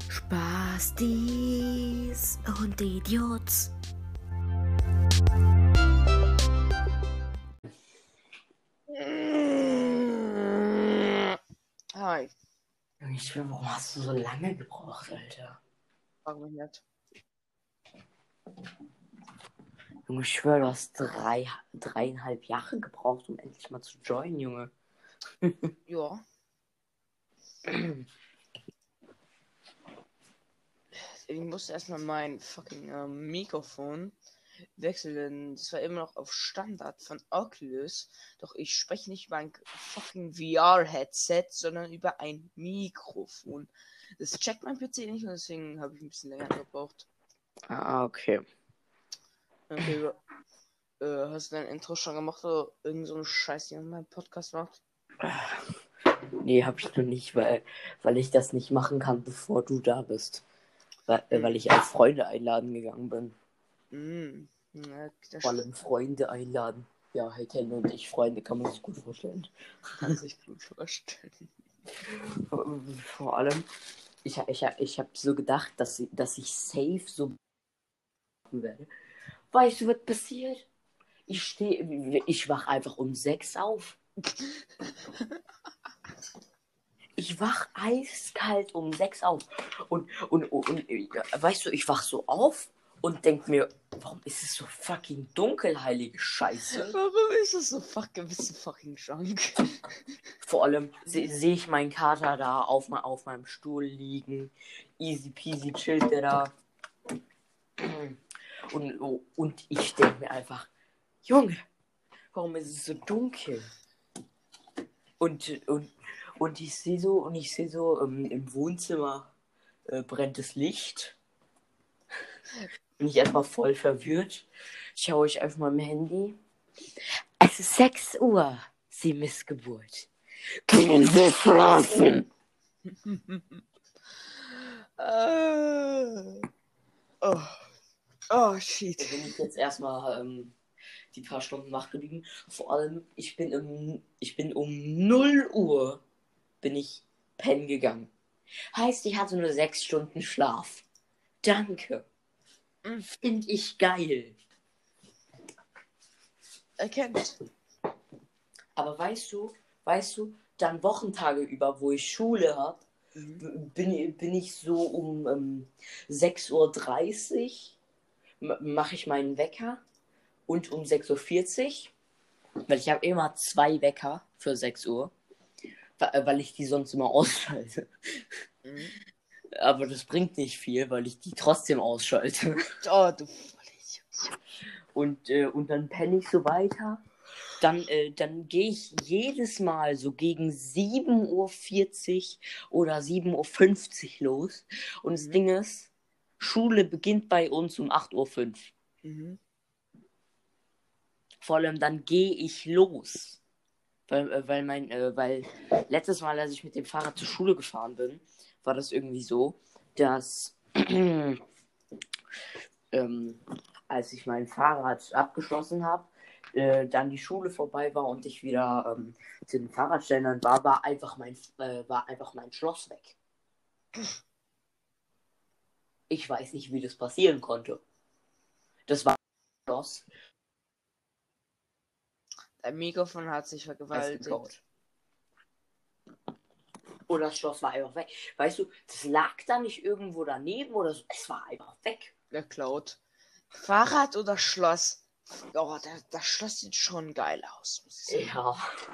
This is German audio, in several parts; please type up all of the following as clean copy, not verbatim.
Spastis und Idiots. Hi. Ich schwöre, warum hast du so lange gebraucht, Alter? Frag mich nicht. Junge, ich schwöre, du hast 3,5 Jahre gebraucht, um endlich mal zu joinen, Junge. Ja. Ich musste erstmal mein fucking Mikrofon wechseln. Das war immer noch auf Standard von Oculus. Doch ich spreche nicht über ein fucking VR-Headset, sondern über ein Mikrofon. Das checkt mein PC nicht und deswegen habe ich ein bisschen länger gebraucht. Ah, okay. Okay, hast du dein Intro schon gemacht oder irgend so einen Scheiß, den mein Podcast macht? Nee, hab ich noch nicht, weil ich das nicht machen kann, bevor du da bist. Weil ich als Freunde einladen gegangen bin. Ja, das Vor allem Freunde einladen. Ja, hey, Ken und ich, Freunde, kann man sich gut vorstellen. kann sich gut vorstellen. Vor allem, ich hab so gedacht, dass ich safe so machen werde. Weißt du, was passiert? Ich wach einfach um 6 auf. Ich wach eiskalt um 6 auf. Und weißt du, ich wach so auf und denk mir, warum ist es so fucking dunkel, heilige Scheiße? Warum ist es so fucking junk? Vor allem sehe ich meinen Kater da auf meinem Stuhl liegen. Easy peasy chillt der da. Und ich denke mir einfach, Junge, warum ist es so dunkel? Und ich sehe so, im Wohnzimmer brennt das Licht. Bin ich erstmal voll verwirrt. Schaue ich auf meinem Handy. Es ist 6 Uhr, Sie Missgeburt. Können Sie schlafen? Oh, shit. Da bin ich jetzt erstmal die paar Stunden wach geblieben. Vor allem, ich bin um 0 Uhr bin ich pennen gegangen. Heißt, ich hatte nur 6 Stunden Schlaf. Danke. Finde ich geil. Erkennt. Aber weißt du, dann Wochentage über, wo ich Schule habe, bin ich so um 6:30 Uhr mache ich meinen Wecker und um 6:40 Uhr, weil ich habe immer 2 Wecker für 6 Uhr, weil ich die sonst immer ausschalte. Aber das bringt nicht viel, weil ich die trotzdem ausschalte. Oh, du Und dann penne ich so weiter. Dann gehe ich jedes Mal so gegen 7:40 Uhr oder 7:50 Uhr los. Und das Ding ist, Schule beginnt bei uns um 8:05 Uhr. Vor allem dann gehe ich los. Weil letztes Mal, als ich mit dem Fahrrad zur Schule gefahren bin, war das irgendwie so, dass als ich mein Fahrrad abgeschlossen habe, dann die Schule vorbei war und ich wieder zu den Fahrradständern war einfach mein Schloss weg. Ich weiß nicht, wie das passieren konnte. Das war ein Schloss. Dein Mikrofon hat sich vergewaltigt. Oder das Schloss war einfach weg. Weißt du, das lag da nicht irgendwo daneben oder so. Es war einfach weg. Geklaut. Fahrrad oder Schloss? Oh, das Schloss sieht schon geil aus. Ja.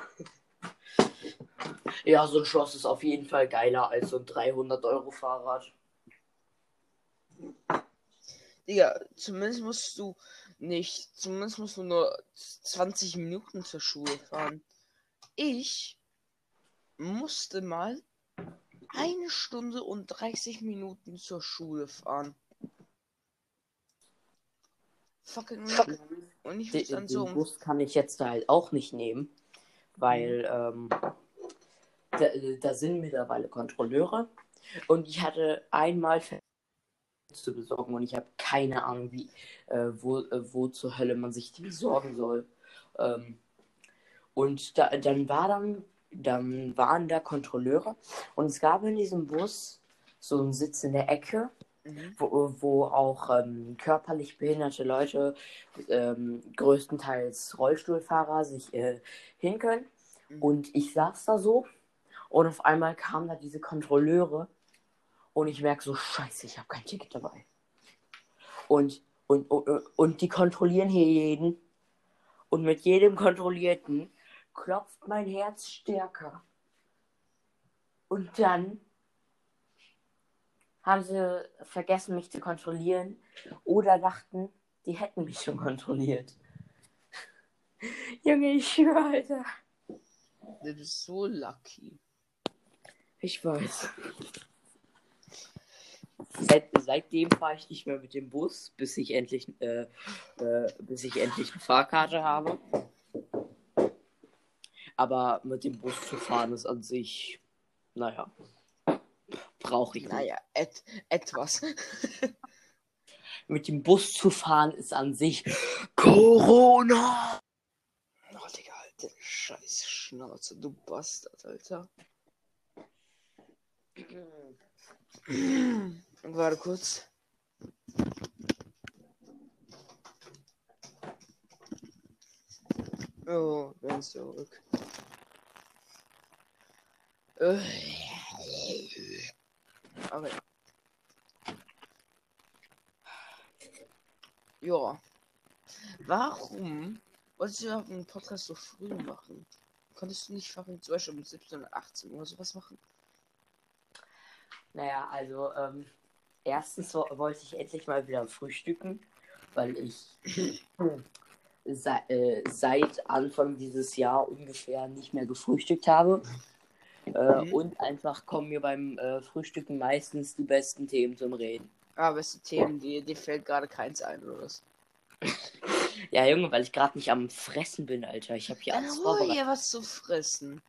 Ja, so ein Schloss ist auf jeden Fall geiler als so ein 300-Euro-Fahrrad. Digga, zumindest musst du nur 20 Minuten zur Schule fahren. Ich musste mal 1 Stunde und 30 Minuten zur Schule fahren. Fucking und ich muss dann Den Bus kann ich jetzt halt auch nicht nehmen, weil da sind mittlerweile Kontrolleure und ich hatte einmal zu besorgen und ich habe keine Ahnung, wie wo zur Hölle man sich die besorgen soll. Und dann waren da Kontrolleure und es gab in diesem Bus so einen Sitz in der Ecke, Mhm. wo auch körperlich behinderte Leute, größtenteils Rollstuhlfahrer, sich hin können. Mhm. Und ich saß da so und auf einmal kamen da diese Kontrolleure und ich merke so, scheiße, ich habe kein Ticket dabei. Und die kontrollieren hier jeden. Und mit jedem Kontrollierten klopft mein Herz stärker. Und dann haben sie vergessen, mich zu kontrollieren oder dachten, die hätten mich schon kontrolliert. Junge, ich schwöre, Alter. Du bist so lucky. Ich weiß. Seitdem fahre ich nicht mehr mit dem Bus, bis ich endlich eine Fahrkarte habe. Aber mit dem Bus zu fahren ist an sich, naja, brauche ich nicht. Naja, etwas. Mit dem Bus zu fahren ist an sich Corona. Oh, Digga, alte scheiß Schnauze, du Bastard, Alter. Warte kurz. Oh, bin zurück. Okay. Ja. Warum wolltest du überhaupt einen Podcast so früh machen? Konntest du nicht zum Beispiel um 17 oder 18 Uhr sowas machen? Naja, also, erstens wollte ich endlich mal wieder frühstücken, weil ich seit Anfang dieses Jahr ungefähr nicht mehr gefrühstückt habe. Und einfach kommen mir beim Frühstücken meistens die besten Themen zum Reden. Aber es sind Themen, dir fällt gerade keins ein, oder was? Ja, Junge, weil ich gerade nicht am Fressen bin, Alter. Ich habe hier Dann alles hol vorbereitet. dir was zu fressen.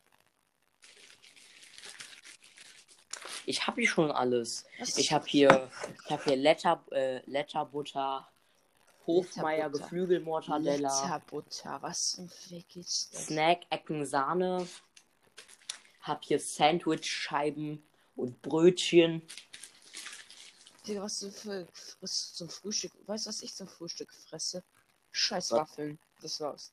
Ich habe hier schon alles. Was? Ich habe hier Letterbutter, Hofmeier Letterbutter. Geflügelmortadella, Letterbutter, was zum Fick ist das? Snack-Ecken Sahne. Hab hier Sandwich-Scheiben und Brötchen. Digga, was du frisst zum Frühstück? Weißt du, was ich zum Frühstück fresse? Scheiß Was? Waffeln. Das war's.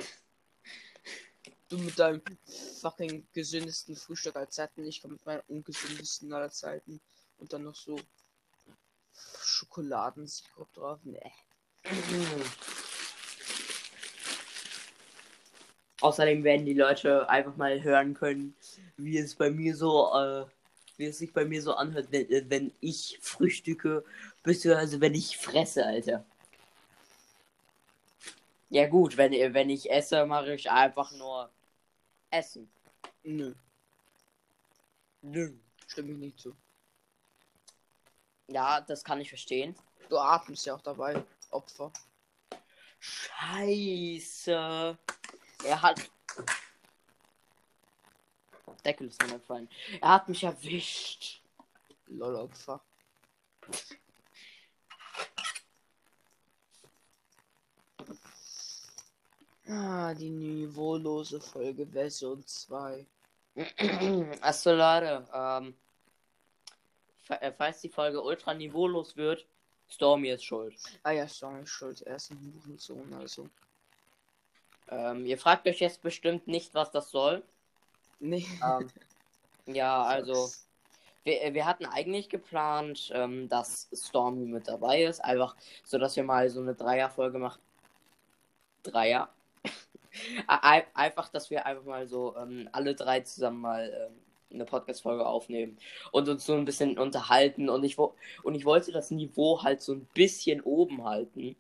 Du mit deinem fucking gesündesten Frühstück aller Zeiten. Ich komme mit meinem ungesündesten aller Zeiten. Und dann noch so Schokoladensirup drauf. Nee. Außerdem werden die Leute einfach mal hören können, wie es sich bei mir so anhört, wenn ich frühstücke, beziehungsweise wenn ich fresse, Alter. Ja gut, wenn ich esse, mache ich einfach nur Essen. Nö, Nö. stimme ich nicht zu. Ja, das kann ich verstehen. Du atmest ja auch dabei, Opfer. Scheiße. Er hat... Deckel ist mir gefallen. Er hat mich erwischt. Lol, Opfer. Ah, die niveaulose Folge Version 2. Achso, Leute, falls die Folge ultra niveaulos wird, Stormy ist schuld. Ah ja, sorry, schuld. Er ist ein Hurensohn, also. Ihr fragt euch jetzt bestimmt nicht, was das soll. Nee. Ja, also, wir hatten eigentlich geplant, dass Stormy mit dabei ist, einfach so, dass wir mal so eine Dreier-Folge machen. Dreier? Einfach, dass wir einfach mal so alle drei zusammen mal eine Podcast-Folge aufnehmen und uns so ein bisschen unterhalten. Und ich wollte das Niveau halt so ein bisschen oben halten.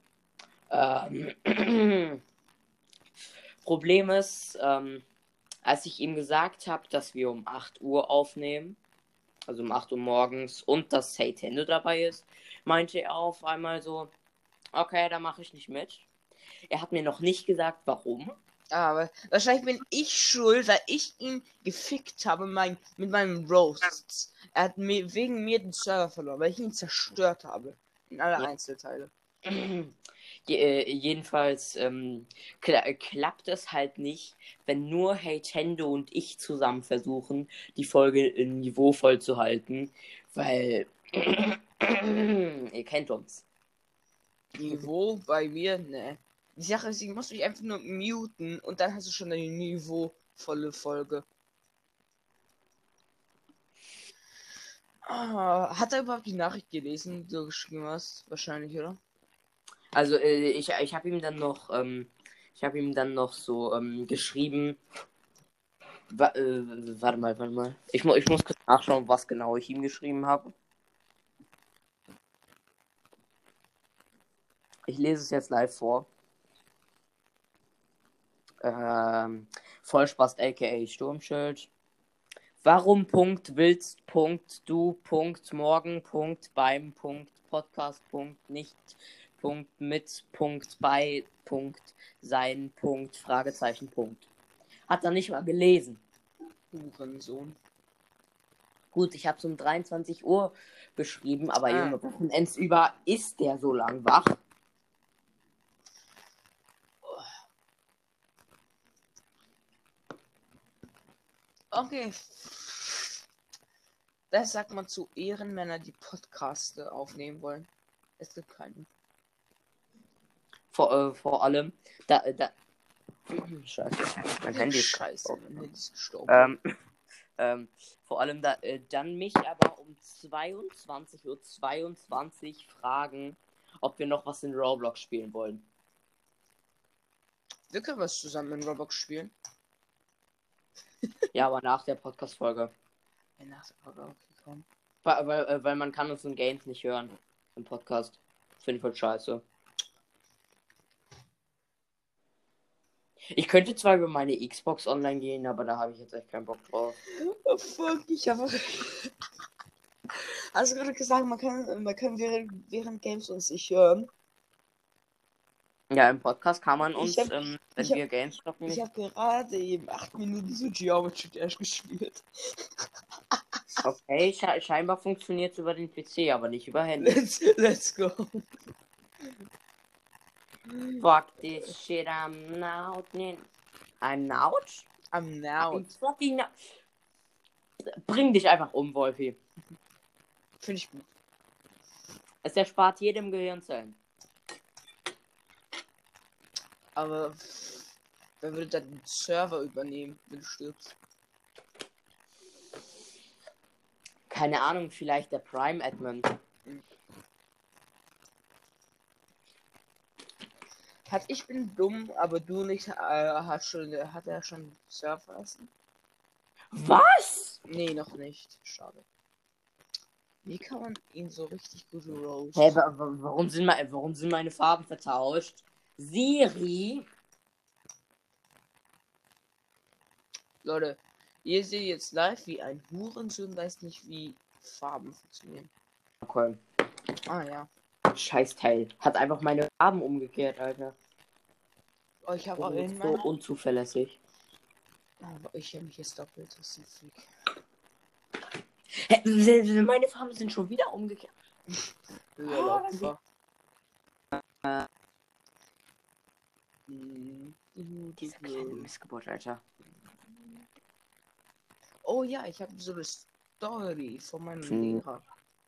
Problem ist, als ich ihm gesagt habe, dass wir um 8 Uhr aufnehmen, also um 8 Uhr morgens, und dass Nintendo dabei ist, meinte er auf einmal so, okay, da mache ich nicht mit. Er hat mir noch nicht gesagt, warum. Aber wahrscheinlich bin ich schuld, weil ich ihn gefickt habe mit meinem Roasts. Er hat wegen mir den Server verloren, weil ich ihn zerstört habe. In alle Einzelteile. Jedenfalls klappt es halt nicht, wenn nur Heytendo und ich zusammen versuchen, die Folge niveauvoll zu halten, weil ihr kennt uns. Niveau bei mir, ne. Die Sache ist, ich muss mich einfach nur muten und dann hast du schon eine niveauvolle Folge. Hat er überhaupt die Nachricht gelesen, die du geschrieben hast? Wahrscheinlich, oder? Also ich habe ihm dann noch so geschrieben. Warte mal. Ich muss kurz nachschauen, was genau ich ihm geschrieben habe. Ich lese es jetzt live vor. Vollspaß aka Sturmschild. Warum willst du morgen beim Podcast nicht mit bei sein Fragezeichen . Hat er nicht mal gelesen. Hurensohn. Gut, ich habe es um 23 Uhr geschrieben, aber Junge, Wochenends über ist der so lang wach. Okay. Das sagt man zu Ehrenmänner, die Podcaste aufnehmen wollen. Es gibt keinen. Vor allem, Scheiße, mein Handy ist Scheiße, mein Handy ist gestorben. Vor allem dann mich aber um 22:22 Uhr fragen, ob wir noch was in Roblox spielen wollen. Wir können was zusammen in Roblox spielen. Ja, aber nach der Podcast-Folge. Ja, nach der Folge, okay, komm. Weil man kann uns in Games nicht hören. Im Podcast. Finde ich voll scheiße. Ich könnte zwar über meine Xbox online gehen, aber da habe ich jetzt echt keinen Bock drauf. Oh fuck, ich habe. Hast du gerade gesagt, man kann während Games uns nicht hören? Ja, im Podcast kann man uns, wenn wir Games zocken. Ich habe gerade eben 8 Minuten so Geometry Dash gespielt. Okay, scheinbar funktioniert es über den PC, aber nicht über Handy. Let's go. Fuck this shit, I'm out. I'm out? I'm now. Fucking Bring dich einfach um, Wolfi. Finde ich gut. Es erspart jedem Gehirnzellen. Aber wer würde dann den Server übernehmen, wenn du stirbst? Keine Ahnung, vielleicht der Prime-Admin. Ich bin dumm, aber du nicht, hat er schon Surfassen? Was? Nee, noch nicht. Schade. Wie kann man ihn so richtig gut roasten? Hey, warum sind meine Farben vertauscht? Siri? Leute, ihr seht jetzt live, wie ein Hurensohn weiß nicht, wie Farben funktionieren. Okay. Ah ja. Scheißteil. Hat einfach meine Farben umgekehrt, Alter. Oh, ich habe auch So in meiner... unzuverlässig. Aber ich habe mich jetzt doppelt. Das ist ein Freak. Hä? Meine Farben sind schon wieder umgekehrt. Opfer. Dieser kleine Missgeburt, Alter. Oh ja, ich habe so eine Story von meinem Lehrer.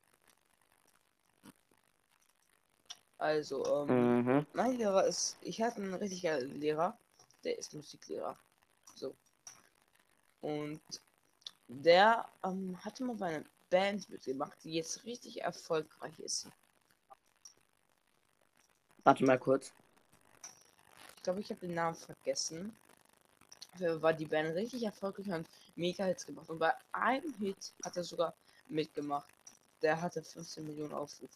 Also, mein Lehrer ist, ich hatte einen richtig geilen Lehrer, der ist Musiklehrer. So. Und der hatte mal bei einer Band mitgemacht, die jetzt richtig erfolgreich ist. Warte mal kurz. Ich glaube, ich habe den Namen vergessen. War die Band richtig erfolgreich und mega Hits gemacht. Und bei einem Hit hat er sogar mitgemacht. Der hatte 15 Millionen Aufrufe.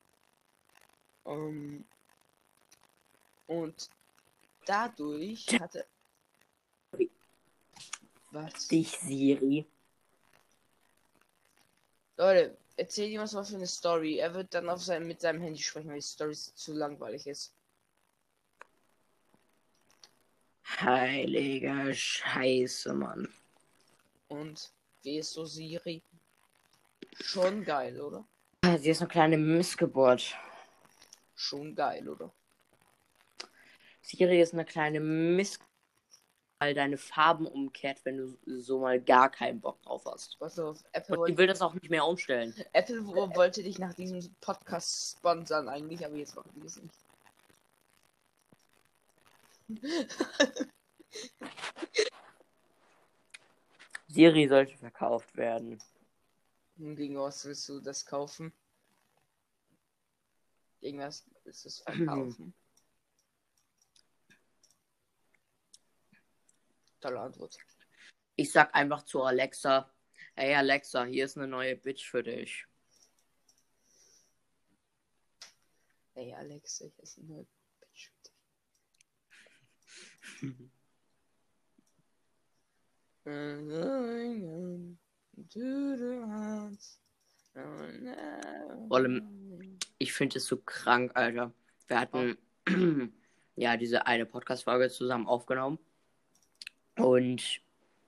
Und dadurch hatte... Was? Dich, Siri. Leute, erzähl ihm was mal für eine Story. Er wird dann mit seinem Handy sprechen, weil die Story zu langweilig ist. Heiliger Scheiße, Mann. Und wie ist so Siri? Schon geil, oder? Sie ist eine kleine Missgeburt. Schon geil, oder? Siri ist eine kleine Mist, weil deine Farben umkehrt, wenn du so mal gar keinen Bock drauf hast. Was auf Apple Und die will das auch nicht mehr umstellen. Apple wollte dich nach diesem Podcast sponsern eigentlich, aber jetzt machen die es nicht. Siri sollte verkauft werden. Gegen was willst du das kaufen? Irgendwas willst du es verkaufen? Tolle Antwort. Ich sag einfach zu Alexa, hey Alexa, hier ist eine neue Bitch für dich. Ey Alex, ich esse eine Bitch für dich. Vor allem, ich finde es so krank, Alter. Wir hatten ja diese eine Podcast-Folge zusammen aufgenommen. Und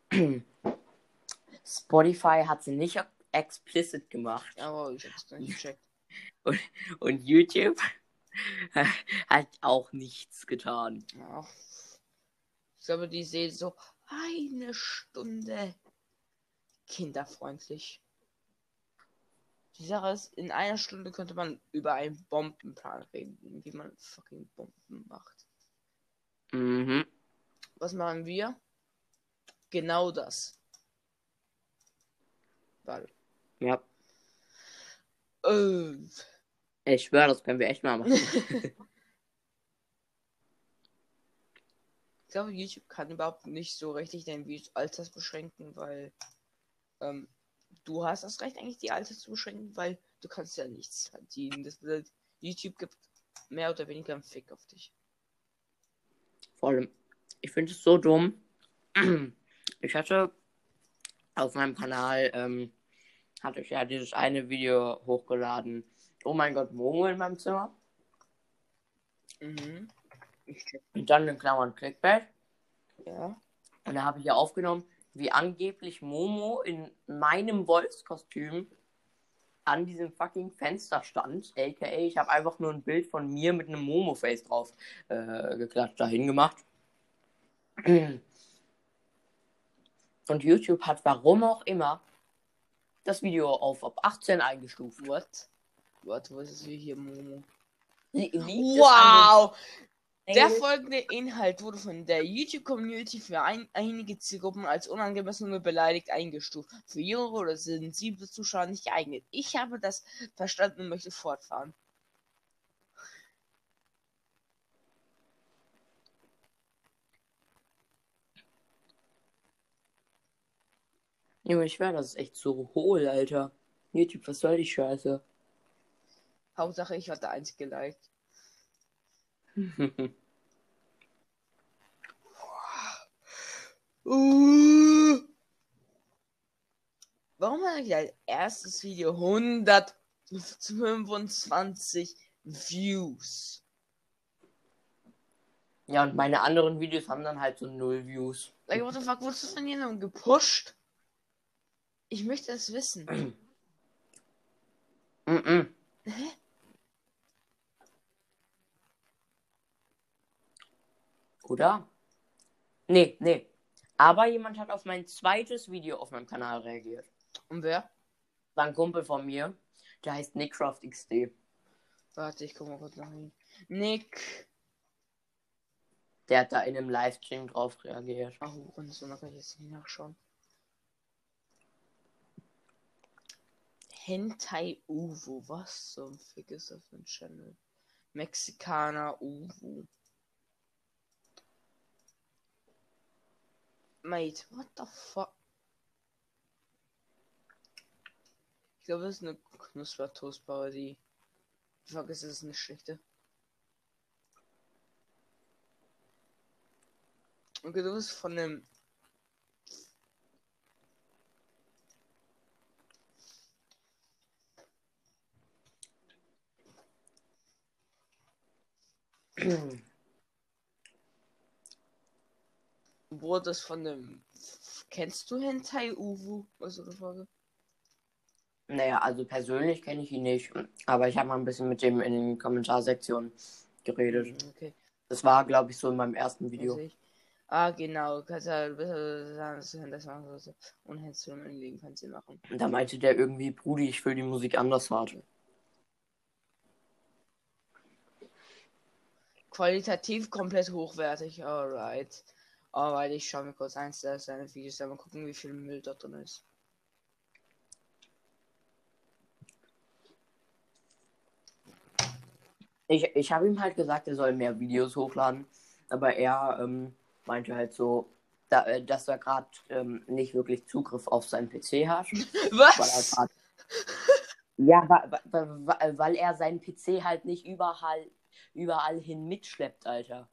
Spotify hat sie nicht explicit gemacht. Aber ich hab's gar nicht gecheckt. Und YouTube hat auch nichts getan. Ja. Ich glaube, die sehen so 1 Stunde kinderfreundlich. Die Sache ist, in 1 Stunde könnte man über einen Bombenplan reden, wie man fucking Bomben macht. Mhm. Was machen wir? Genau das. Warte. Ja. Äh, Ich schwöre, das können wir echt mal machen. Ich glaube, YouTube kann überhaupt nicht so richtig dein Videos Alters beschränken, weil du hast das Recht eigentlich die Alters zu beschränken, weil du kannst ja nichts verdienen. Das bedeutet, YouTube gibt mehr oder weniger einen Fick auf dich. Vor allem, ich finde es so dumm. Ich hatte auf meinem Kanal, hatte ich ja dieses eine Video hochgeladen. Oh mein Gott, Momo in meinem Zimmer. Mhm. Und dann in Klammern Clickbait. Ja. Und da habe ich ja aufgenommen, wie angeblich Momo in meinem Wolfskostüm an diesem fucking Fenster stand. A.k.a. ich habe einfach nur ein Bild von mir mit einem Momo-Face drauf geklatscht, dahin gemacht. Und YouTube hat, warum auch immer, das Video auf ab 18 eingestuft. What? Warte, was ist hier Momo? Wow! Der folgende Inhalt wurde von der YouTube-Community für einige Zielgruppen als unangemessen und beleidigt eingestuft. Für jüngere oder sensible Zuschauer nicht geeignet. Ich habe das verstanden und möchte fortfahren. Junge, ich schwör, das ist echt so hohl, Alter. YouTube, was soll die Scheiße? Hauptsache, ich hatte 1 geliked. Warum habe ich als erstes Video 125 Views? Ja, und meine anderen Videos haben dann halt so 0 Views. Like, what the fuck, wurdest du von jemandem gepusht? Ich möchte es wissen. Mhm. Hä? Oder? Nee. Aber jemand hat auf mein zweites Video auf meinem Kanal reagiert. Und wer? War ein Kumpel von mir, der heißt NickCraftXD. Warte, ich guck mal kurz nach ihm. Nick. Der hat da in einem Livestream drauf reagiert. Ach, und so, dann kann ich jetzt nicht nachschauen. Hentai Uwu. Was zum Fick ist das für ein Channel? Mexikaner Uwu. Mate, what the fuck? Ich glaube, das ist eine Knuspertoast-Parodie. Fuck, ist das eine schlechte? Okay, du bist von dem. Wurde es von dem. Kennst du Hentai Uwu? Was ist die Frage? Naja, also persönlich kenne ich ihn nicht. Aber ich habe mal ein bisschen mit dem in den Kommentarsektionen geredet. Okay. Das war, glaube ich, so in meinem ersten Video. Muss ich. Ah, genau. Kannst ja das machen. Und hättest du mein Leben kannst du machen. Und da meinte der irgendwie, Brudi, ich will die Musik anders haben. Qualitativ komplett hochwertig. Alright. Alright, ich schaue mir kurz eins seine Videos an. Mal gucken, wie viel Müll da drin ist. Ich habe ihm halt gesagt, er soll mehr Videos hochladen. Aber er meinte halt so, dass er gerade nicht wirklich Zugriff auf seinen PC hat. Was? Weil er seinen PC halt nicht überall hin mitschleppt, Alter.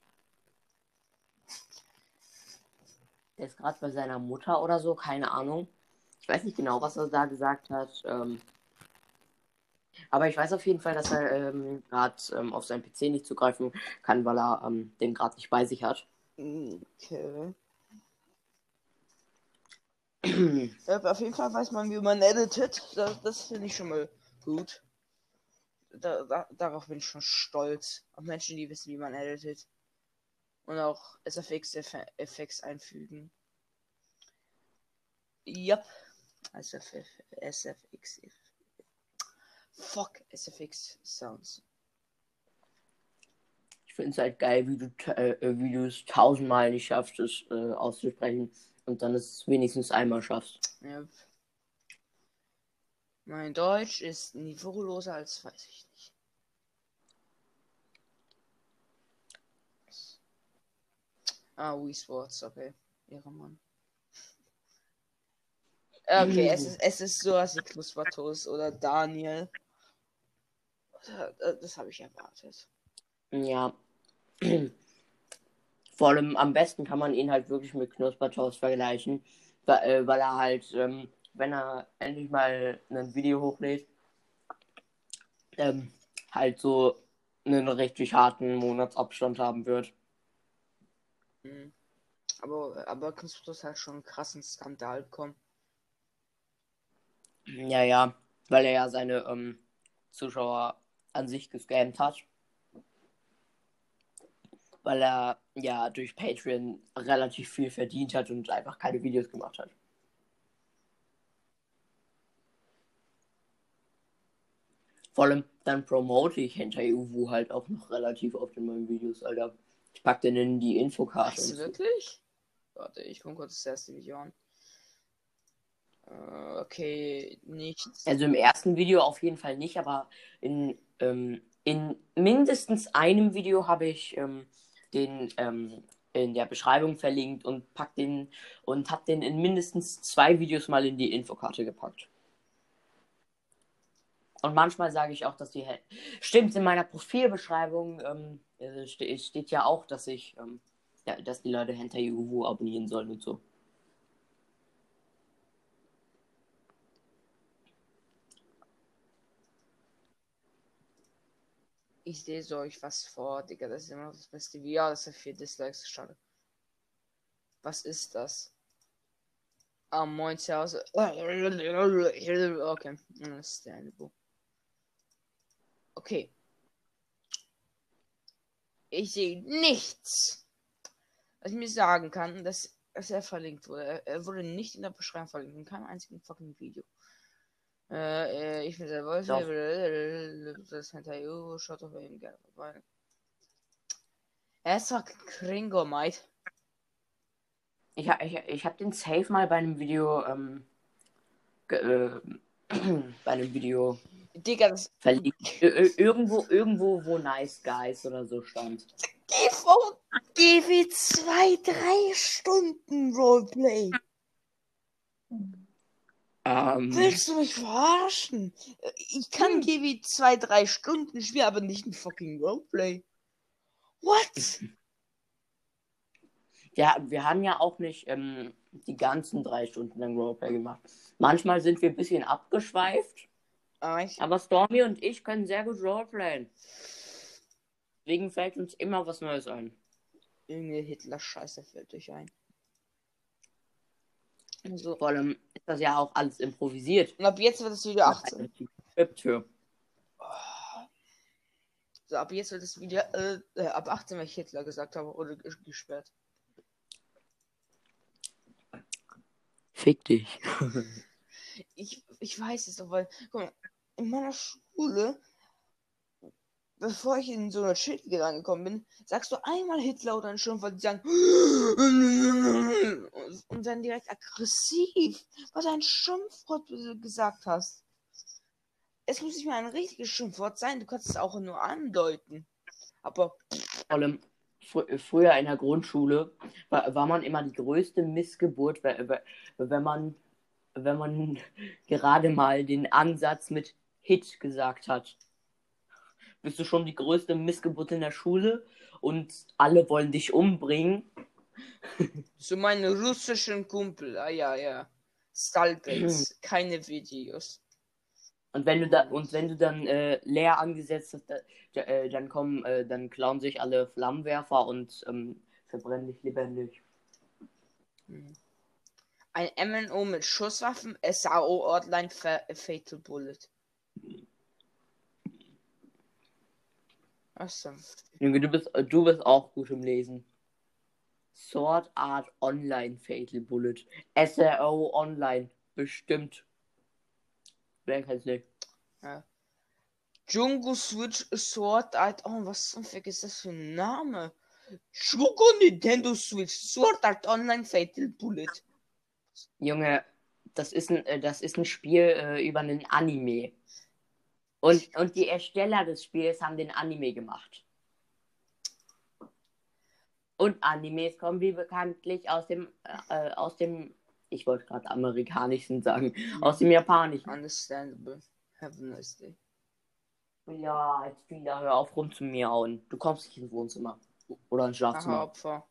Der ist gerade bei seiner Mutter oder so, keine Ahnung. Ich weiß nicht genau, was er da gesagt hat. Aber ich weiß auf jeden Fall, dass er gerade auf seinen PC nicht zugreifen kann, weil er den gerade nicht bei sich hat. Okay. Auf jeden Fall weiß man, wie man editet. Das finde ich schon mal gut. Darauf bin ich schon stolz. Auf Menschen, die wissen, wie man editet. Und auch SFX einfügen. Yep. SFX. Fuck, SFX Sounds. Ich finde es halt geil, wie du es 1000-mal nicht schaffst, es auszusprechen und dann es wenigstens einmal schaffst. Yep. Mein Deutsch ist niveauloser als weiß ich nicht. Wii Sports, okay. Ehrenmann. Okay, es ist sowas wie Knuspertoast oder Daniel. Das habe ich erwartet. Ja. Vor allem am besten kann man ihn halt wirklich mit Knuspertoast vergleichen, weil er halt, wenn er endlich mal ein Video hochlädt, halt so einen richtig harten Monatsabstand haben wird. Aber Knuspertoast hat schon einen krassen Skandal bekommen. Ja, weil er ja seine Zuschauer an sich gescammt hat. Weil er ja durch Patreon relativ viel verdient hat und einfach keine Videos gemacht hat. Vor allem dann promote ich Hentai Uwu halt auch noch relativ oft in meinen Videos, Alter. Ich pack den in die Infokarte. Hast du wirklich? Warte, ich gucke kurz das erste Video an. Okay, nichts. Also im ersten Video auf jeden Fall nicht, aber in mindestens einem Video habe ich den in der Beschreibung verlinkt und hab den in mindestens 2 Videos mal in die Infokarte gepackt. Und manchmal sage ich auch, dass die stimmt, in meiner Profilbeschreibung steht ja auch, dass dass die Leute Hentai Uwu abonnieren sollen und so. Ich lese euch was vor, Digga. Das ist immer das beste Video. Ja, das hat 4 Dislikes. Schade. Was ist das? Moin, Servus. Okay. Understandable. Okay. Ich sehe nichts, was ich mir sagen kann, dass er verlinkt wurde. Er wurde nicht in der Beschreibung verlinkt. In keinem einzigen fucking Video. Ich bin selber. Das Hentai Uwu. Schaut doch bei ihm gerne vorbei. Er ist doch Kringo, Mate. Ich hab den Safe mal bei einem Video bei einem Video Digga, das verlinkt. Irgendwo, wo Nice Guys oder so stand. GW 2-3 Stunden Roleplay. Willst du mich verarschen? Ich kann GW 2-3 Stunden spielen, aber nicht ein fucking Roleplay. What? Ja, wir haben ja auch nicht die ganzen 3 Stunden lang Roleplay gemacht. Manchmal sind wir ein bisschen abgeschweift. Aber Stormy und ich können sehr gut Roleplayen. Deswegen fällt uns immer was Neues ein. Irgendeine Hitler-Scheiße fällt euch ein. So. Vor allem ist das ja auch alles improvisiert. Und ab jetzt wird es wieder 18. Für. So, So, ab jetzt wird das Video ab 18, weil ich Hitler gesagt habe, oder gesperrt. Fick dich. Ich weiß es doch, weil, guck mal, in meiner Schule, bevor ich in so eine Schildliga angekommen bin, sagst du einmal Hitler oder ein Schimpfwort, die sagen und dann direkt aggressiv, weil du ein Schimpfwort gesagt hast. Es muss nicht mal ein richtiges Schimpfwort sein, du kannst es auch nur andeuten. Aber Vor allem früher in der Grundschule war man immer die größte Missgeburt, wenn man gerade mal den Ansatz mit Hit gesagt hat. Bist du schon die größte Missgeburt in der Schule und alle wollen dich umbringen. so meine russischen Kumpel, ja. Stalbex, keine Videos. Und wenn du dann leer angesetzt hast, dann klauen sich alle Flammenwerfer und verbrennen dich lebendig. Ein MNO mit Schusswaffen, SAO Online Fatal Bullet. Achso. Junge, du bist auch gut im Lesen. Sword Art Online Fatal Bullet. SRO Online. Bestimmt. Wer kennt's nicht? Ja. Jungo Switch Sword Art. Oh, was zum Fick ist das für ein Name? Jungo Nintendo Switch Sword Art Online Fatal Bullet. Junge, das ist ein Spiel über einen Anime. Und die Ersteller des Spiels haben den Anime gemacht. Und Animes kommen wie bekanntlich aus dem, ich wollte gerade amerikanischen sagen, aus dem Japanischen. Understandable. Have a nice day. Ja, als Spieler, hör auf rumzumiauen. Du kommst nicht ins Wohnzimmer. Oder ins Aha, Schlafzimmer. Opfer.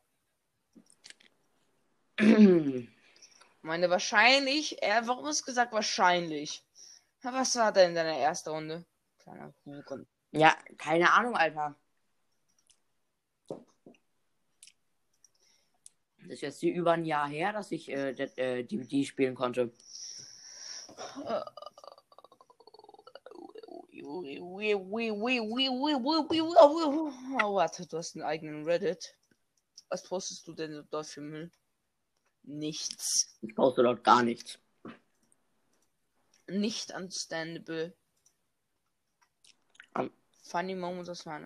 Meine wahrscheinlich, warum ist gesagt wahrscheinlich? Na, was war denn in deiner ersten Runde? Kleiner Huren. Ja, keine Ahnung, Alter. Das ist jetzt über ein Jahr her, dass ich die spielen konnte. Oh, warte, du hast einen eigenen Reddit. Was postest du denn dort für Müll? Nichts. Ich poste dort gar nichts. Nicht understandable. Funny Moments aus meiner.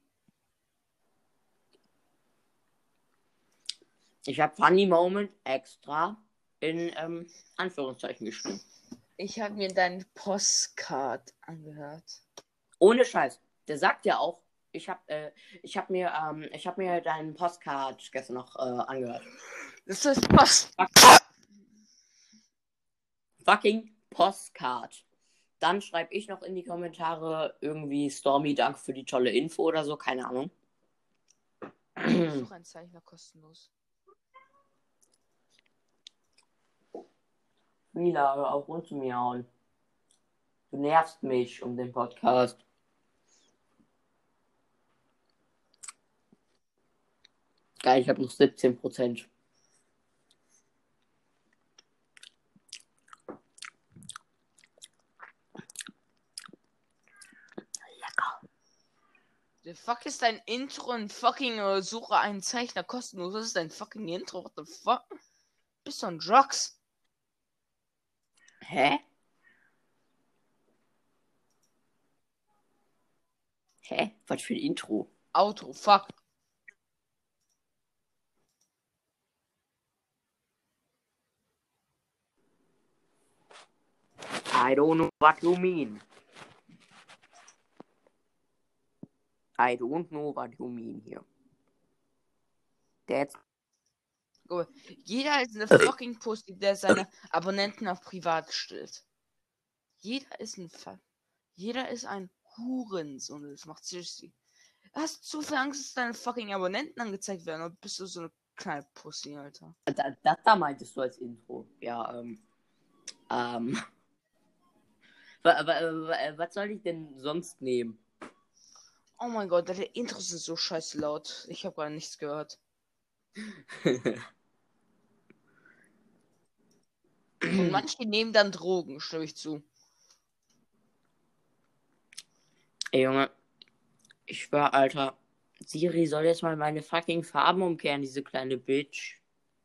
Ich habe Funny Moment extra in Anführungszeichen geschrieben. Ich habe mir deinen Postcard angehört. Ohne Scheiß. Der sagt ja auch, ich hab mir deinen Postcard gestern noch angehört. Das ist Post. Fucking Postcard. Dann schreibe ich noch in die Kommentare irgendwie Stormy, danke für die tolle Info oder so, keine Ahnung. Such ein Zeichner kostenlos. Mila, hör auf rumzumiauen. Du nervst mich um den Podcast. Geil, ich habe noch 17%. The fuck ist dein Intro und fucking suche einen Zeichner kostenlos? Was ist dein fucking Intro? What the fuck? Bist du on Drugs? Hä? Hä? Was für ein Intro? Outro, fuck. I don't know what you mean. I don't know what you mean here. That's... Jeder ist eine fucking Pussy, der seine Abonnenten auf privat stellt. Jeder ist ein Hurensohn. Das macht seriously. Hast du zu viel Angst, dass deine fucking Abonnenten angezeigt werden? Oder bist du so eine kleine Pussy, Alter? Das da meintest du als Intro. Ja, was soll ich denn sonst nehmen? Oh mein Gott, deine Intros sind so scheiße laut. Ich habe gar nichts gehört. Und manche nehmen dann Drogen, stimme ich zu. Ey, Junge, Ich schwör, Alter. Siri soll jetzt mal meine fucking Farben umkehren, diese kleine Bitch.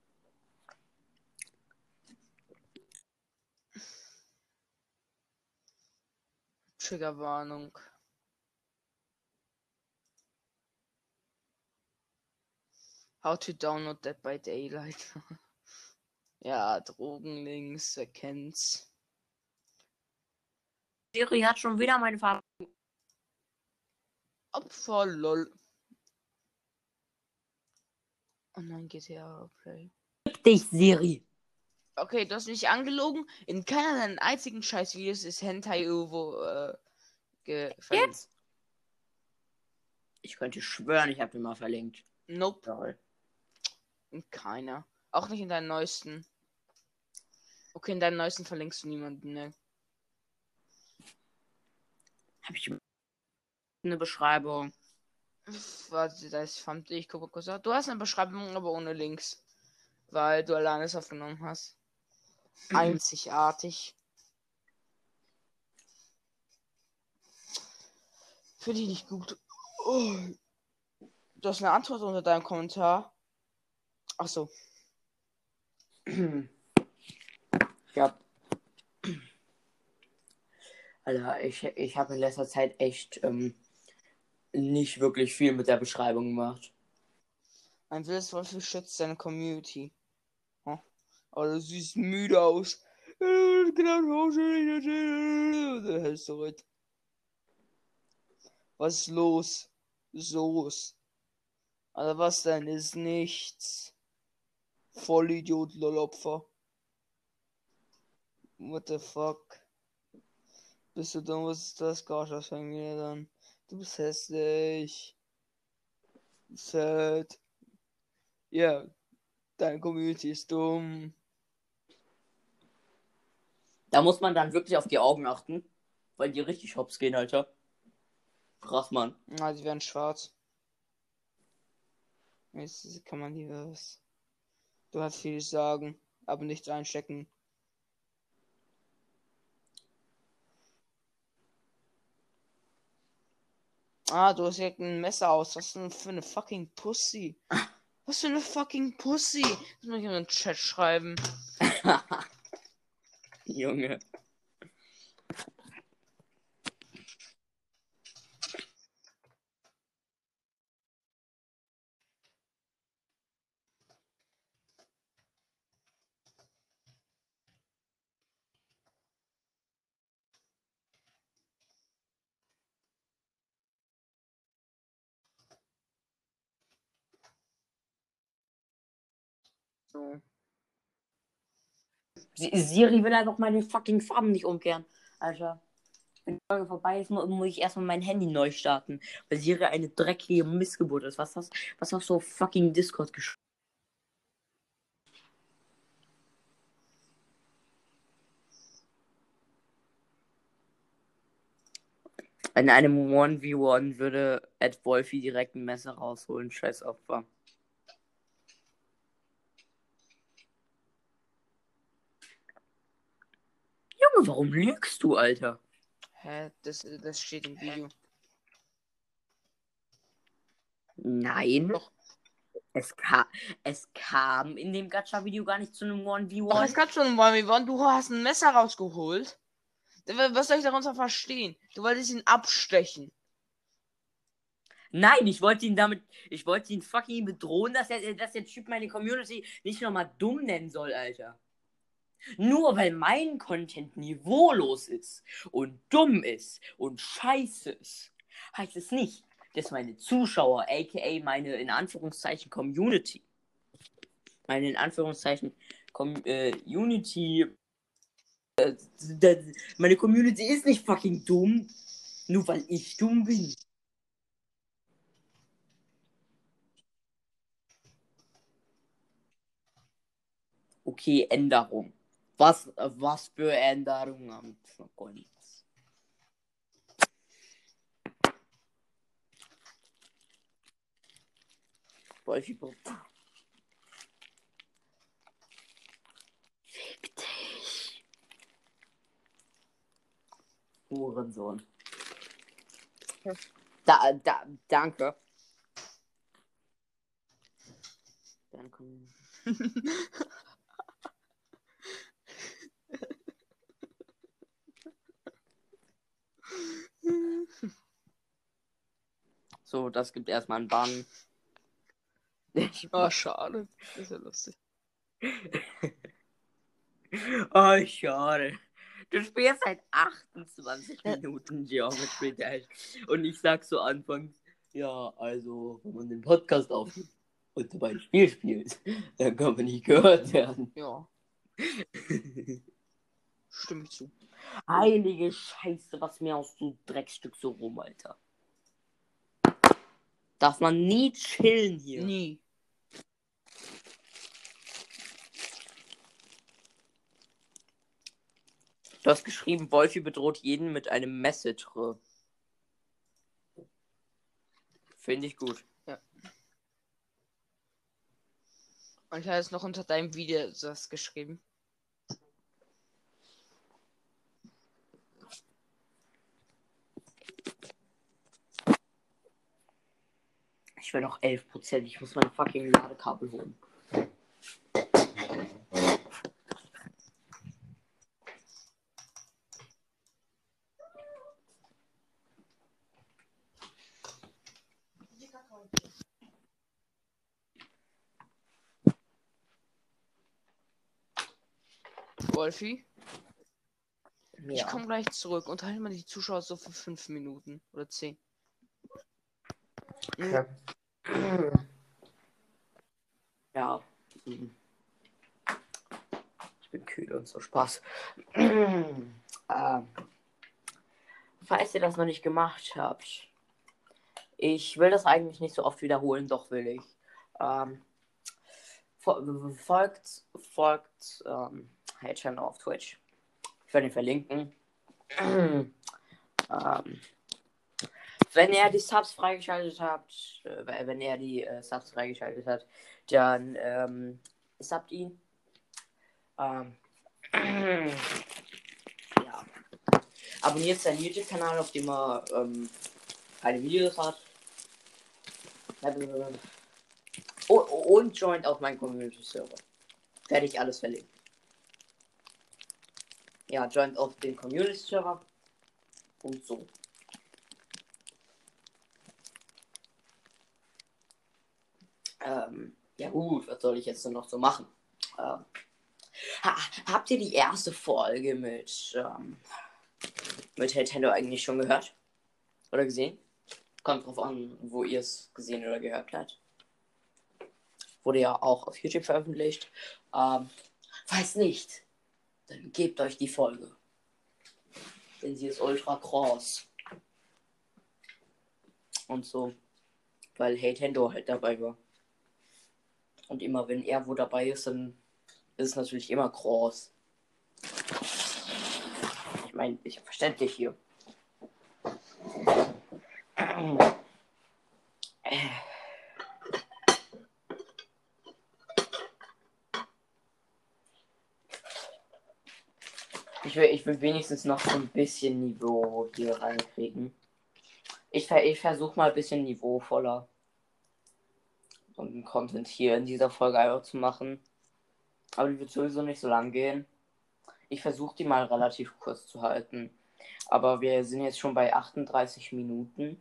Triggerwarnung. How to download Dead by Daylight. Ja, Drogenlinks, wer kennt's? Siri hat schon wieder meine Farben. Opfer, lol. Oh nein, GTA Play. Fick dich, Siri. Okay, du hast mich angelogen. In keiner deiner einzigen Scheißvideos ist Hentai irgendwo verlinkt. Jetzt? Ich könnte schwören, ich habe den mal verlinkt. Nope. Lol. In keiner. Auch nicht in deinen neuesten. Okay, in deinen neuesten verlinkst du niemanden, ne? Habe ich eine Beschreibung? Warte, das fand ich. Guck mal kurz. Du hast eine Beschreibung, aber ohne Links. Weil du alleine es aufgenommen hast. Einzigartig. Finde ich nicht gut. Oh. Du hast eine Antwort unter deinem Kommentar. Achso. Ja. Alter, ich habe in letzter Zeit echt nicht wirklich viel mit der Beschreibung gemacht. Ein wildes Wolf schützt seine Community. Hm? Aber du siehst müde aus. Was ist los? Los. Also was denn? Ist nichts. Vollidiot, Lolopfer. What the fuck? Bist du dumm? Was ist das? Gosh, was fängt mir dann? Du bist hässlich. Sad. Ja, deine Community ist dumm. Da muss man dann wirklich auf die Augen achten, weil die richtig hops gehen, Alter. Krass, Mann. Ah, die werden schwarz. Jetzt kann man hier was. Du hast viel sagen, aber nichts einstecken. Ah, du hast jetzt ein Messer aus. Was denn für eine fucking Pussy? Was für eine fucking Pussy? Das muss ich in den Chat schreiben. Junge. So. Siri will einfach meine fucking Farben nicht umkehren. Alter. Wenn die Folge vorbei ist, muss ich erstmal mein Handy neu starten. Weil Siri eine dreckige Missgeburt ist. Was hast du auf fucking Discord geschrieben? In einem 1v1 würde Ed Wolfie direkt ein Messer rausholen. Scheiß Opfer. Junge, warum lügst du, Alter? Hä? Das steht im Video. Nein. Doch. Es kam in dem Gacha-Video gar nicht zu einem Doch, 1v1. es gab schon einen 1v1. Du hast ein Messer rausgeholt. Was soll ich darunter verstehen? Du wolltest ihn abstechen. Nein, ich wollte ihn fucking bedrohen, dass der Typ meine Community nicht nochmal dumm nennen soll, Alter. Nur weil mein Content niveaulos ist und dumm ist und scheiße ist, heißt es nicht, dass meine Zuschauer, aka meine in Anführungszeichen Community, meine Community ist nicht fucking dumm, nur weil ich dumm bin. Okay, Änderung. Was für Änderungen? Wolfi, fick dich. Hurensohn. Danke. Danke. So, das gibt erstmal einen Bann. Oh, schade. Das ist ja lustig. Oh, schade. Du spielst seit 28 Minuten Geometry Dash. Und ich sag so anfangs, ja, also, wenn man den Podcast aufnimmt und dabei ein Spiel spielt, dann kann man nicht gehört werden. Ja. Stimme ich zu. Heilige Scheiße, was mir aus so Dreckstück so rum, Alter. Darf man nie chillen hier. Nie. Du hast geschrieben, Wolfi bedroht jeden mit einem Message. Finde ich gut. Ja. Und ich habe jetzt noch unter deinem Video das geschrieben. Ich will noch 11%. Ich muss meine fucking Ladekabel holen. Wolfi, ich Ja. komme gleich zurück. Unterhalten wir die Zuschauer so für 5 Minuten oder 10. Okay. Ja. Ich bin kühl und so Spaß. Falls ihr das noch nicht gemacht habt, ich will das eigentlich nicht so oft wiederholen, doch will ich. Folgt Hey Channel auf Twitch. Ich werde ihn verlinken. Wenn er die Subs freigeschaltet hat, dann subt ihn. Ja. Abonniert seinen YouTube-Kanal, auf dem er keine Videos hat. Und joint auf meinen Community-Server. Werde ich alles verlinken. Ja, joint auf den Community-Server. Und so. Ja gut, was soll ich jetzt noch so machen? Habt ihr die erste Folge mit Nintendo eigentlich schon gehört? Oder gesehen? Kommt drauf an, wo ihr es gesehen oder gehört habt. Wurde ja auch auf YouTube veröffentlicht. Falls nicht, dann gebt euch die Folge. Denn sie ist ultra cross. Und so. Weil Nintendo halt dabei war. Und immer wenn er wo dabei ist, dann ist es natürlich immer cross. Ich meine, ist verständlich hier. Ich will wenigstens noch so ein bisschen Niveau hier reinkriegen. Ich versuche mal ein bisschen niveauvoller und Content hier in dieser Folge einfach zu machen. Aber die wird sowieso nicht so lang gehen. Ich versuche die mal relativ kurz zu halten. Aber wir sind jetzt schon bei 38 Minuten.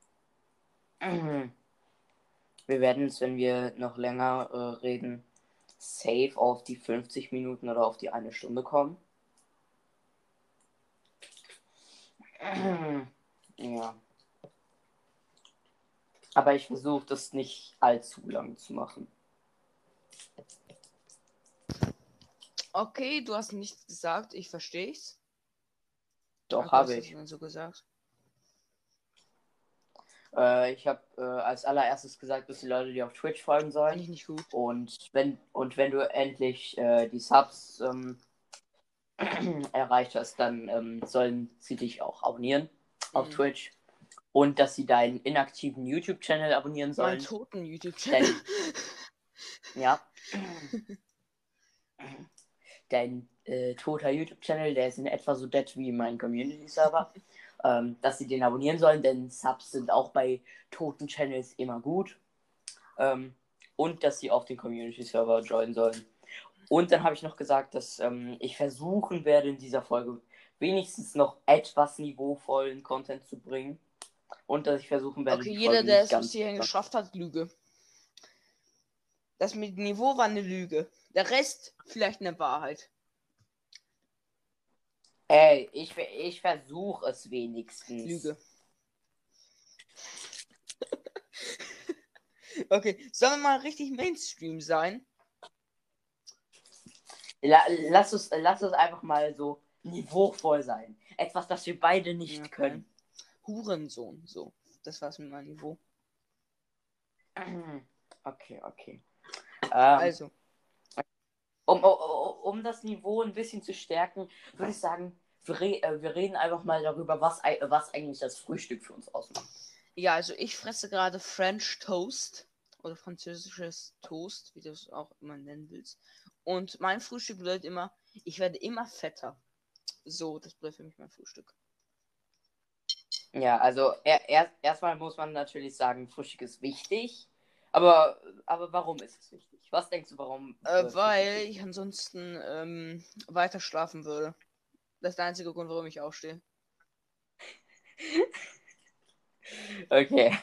Wir werden es, wenn wir noch länger reden, safe auf die 50 Minuten oder auf die 1 Stunde kommen. Ja. Aber ich versuche das nicht allzu lang zu machen. Okay, du hast nichts gesagt, ich versteh's. Doch, Aber habe was hast ich. du denn so gesagt? Ich habe als allererstes gesagt, dass die Leute, die auf Twitch folgen sollen. Fand ich nicht gut. Und wenn du endlich die Subs erreicht hast, dann sollen sie dich auch abonnieren auf Twitch. Und dass sie deinen inaktiven YouTube-Channel abonnieren sollen. Meinen toten YouTube-Channel. Ja. Dein toter YouTube-Channel, der ist in etwa so dead wie mein Community-Server. dass sie den abonnieren sollen, denn Subs sind auch bei toten Channels immer gut. Und dass sie auf den Community-Server joinen sollen. Und dann habe ich noch gesagt, dass ich versuchen werde, in dieser Folge wenigstens noch etwas niveauvollen Content zu bringen. Und dass ich versuchen werde, Okay, die jeder, Folge der nicht es bis ganz... hierhin geschafft hat, Lüge. Das mit Niveau war eine Lüge. Der Rest vielleicht eine Wahrheit. Ey, ich versuche es wenigstens. Lüge. Okay, sollen wir mal richtig Mainstream sein? Lass uns einfach mal so niveauvoll sein. Etwas, das wir beide nicht Okay. können. Hurensohn, so. Das war's mit meinem Niveau. Okay. Also, Um das Niveau ein bisschen zu stärken, würde ich sagen, wir reden einfach mal darüber, was eigentlich das Frühstück für uns ausmacht. ja, also ich fresse gerade French Toast oder französisches Toast, wie du es auch immer nennen willst. Und mein Frühstück bedeutet immer, ich werde immer fetter. So, das bedeutet für mich mein Frühstück. Ja, also erstmal muss man natürlich sagen, Frühstück ist wichtig. Aber warum ist es wichtig? Was denkst du, warum? Weil ich ansonsten weiter schlafen würde. Das ist der einzige Grund, warum ich aufstehe. Okay.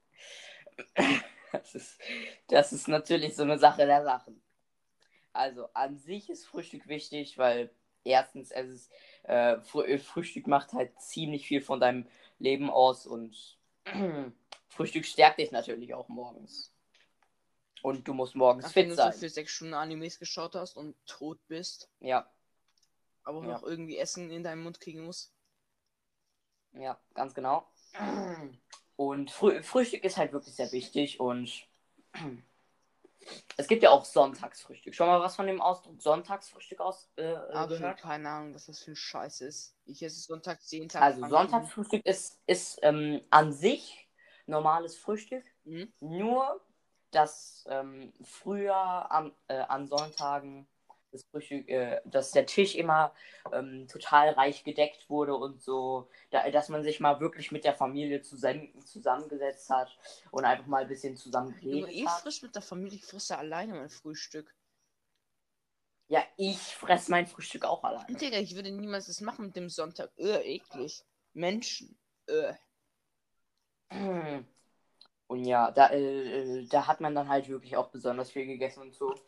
Das ist natürlich so eine Sache der Sachen. Also an sich ist Frühstück wichtig, weil erstens Frühstück macht halt ziemlich viel von deinem Leben aus und Frühstück stärkt dich natürlich auch morgens. Und du musst morgens Nachdem fit du sein. so für 6 Stunden Animes geschaut hast und tot bist, Ja, aber auch Ja. noch irgendwie Essen in deinen Mund kriegen musst. ja, ganz genau. Und Frühstück ist halt wirklich sehr wichtig und es gibt ja auch Sonntagsfrühstück. Schon mal was von dem Ausdruck Sonntagsfrühstück Absolut gehört? keine Ahnung, was das für ein Scheiß ist. Ich esse sonntags jeden Tag Also Pfannkuchen. Sonntagsfrühstück ist an sich normales Frühstück. Mhm. Nur, dass früher an Sonntagen dass der Tisch immer total reich gedeckt wurde und so, dass man sich mal wirklich mit der Familie zusammengesetzt hat und einfach mal ein bisschen zusammen Junge, geredet ich hat. frisch mit der Familie, ich frisse alleine mein Frühstück. Ja, ich fresse mein Frühstück auch alleine. Digga, ich würde niemals das machen mit dem Sonntag. Eklig. Menschen. Und ja, da hat man dann halt wirklich auch besonders viel gegessen und so.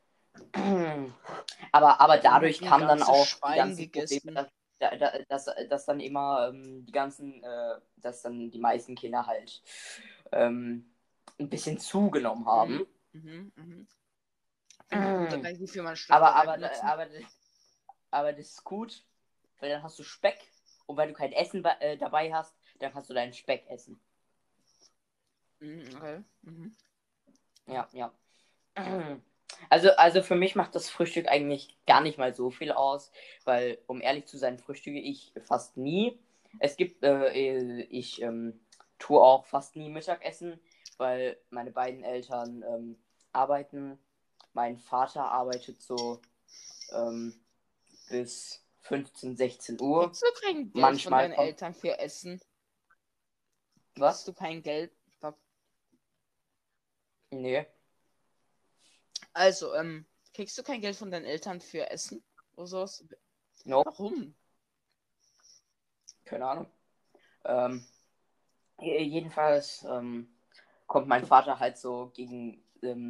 Aber dadurch ein kamen dann ganzes auch die Schwein ganzen gegessen. Probleme, dass dann immer dass dann die meisten Kinder halt ein bisschen zugenommen haben. Finde ich gut, da kann ich nicht für meine Aber, Schlachterei aber, benutzen. aber das ist gut, weil dann hast du Speck und weil du kein Essen dabei hast, dann kannst du deinen Speck essen. Okay. Ja. Also für mich macht das Frühstück eigentlich gar nicht mal so viel aus, weil, um ehrlich zu sein, frühstücke ich fast nie. Ich tue auch fast nie Mittagessen, weil meine beiden Eltern arbeiten. Mein Vater arbeitet so bis 15, 16 Uhr. Kriegst du kein Geld von Manchmal deinen Eltern für Essen? Was? Kriegst du kein Geld? Nee. Also, kriegst du kein Geld von deinen Eltern für Essen? Oder sowas? No. Warum? Keine Ahnung. Jedenfalls kommt mein Vater halt so gegen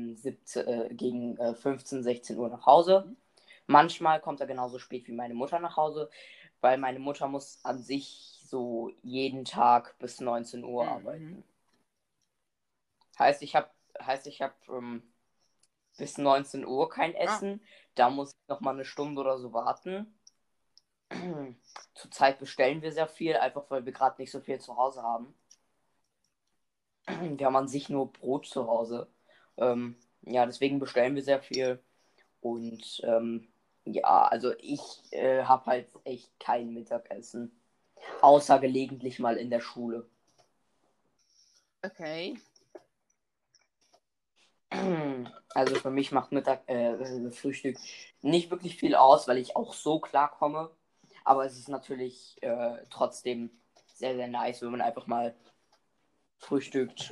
15, 16 Uhr nach Hause. Manchmal kommt er genauso spät wie meine Mutter nach Hause, weil meine Mutter muss an sich so jeden Tag bis 19 Uhr arbeiten. Heißt, ich habe bis 19 Uhr kein Essen. Da muss ich noch mal eine Stunde oder so warten. Zurzeit bestellen wir sehr viel, einfach weil wir gerade nicht so viel zu Hause haben. Wir haben an sich nur Brot zu Hause. Ja, deswegen bestellen wir sehr viel. Und ja, also ich habe halt echt kein Mittagessen. Außer gelegentlich mal in der Schule. Okay. Also für mich macht Frühstück nicht wirklich viel aus, weil ich auch so klarkomme. Aber es ist natürlich trotzdem sehr, sehr nice, wenn man einfach mal frühstückt.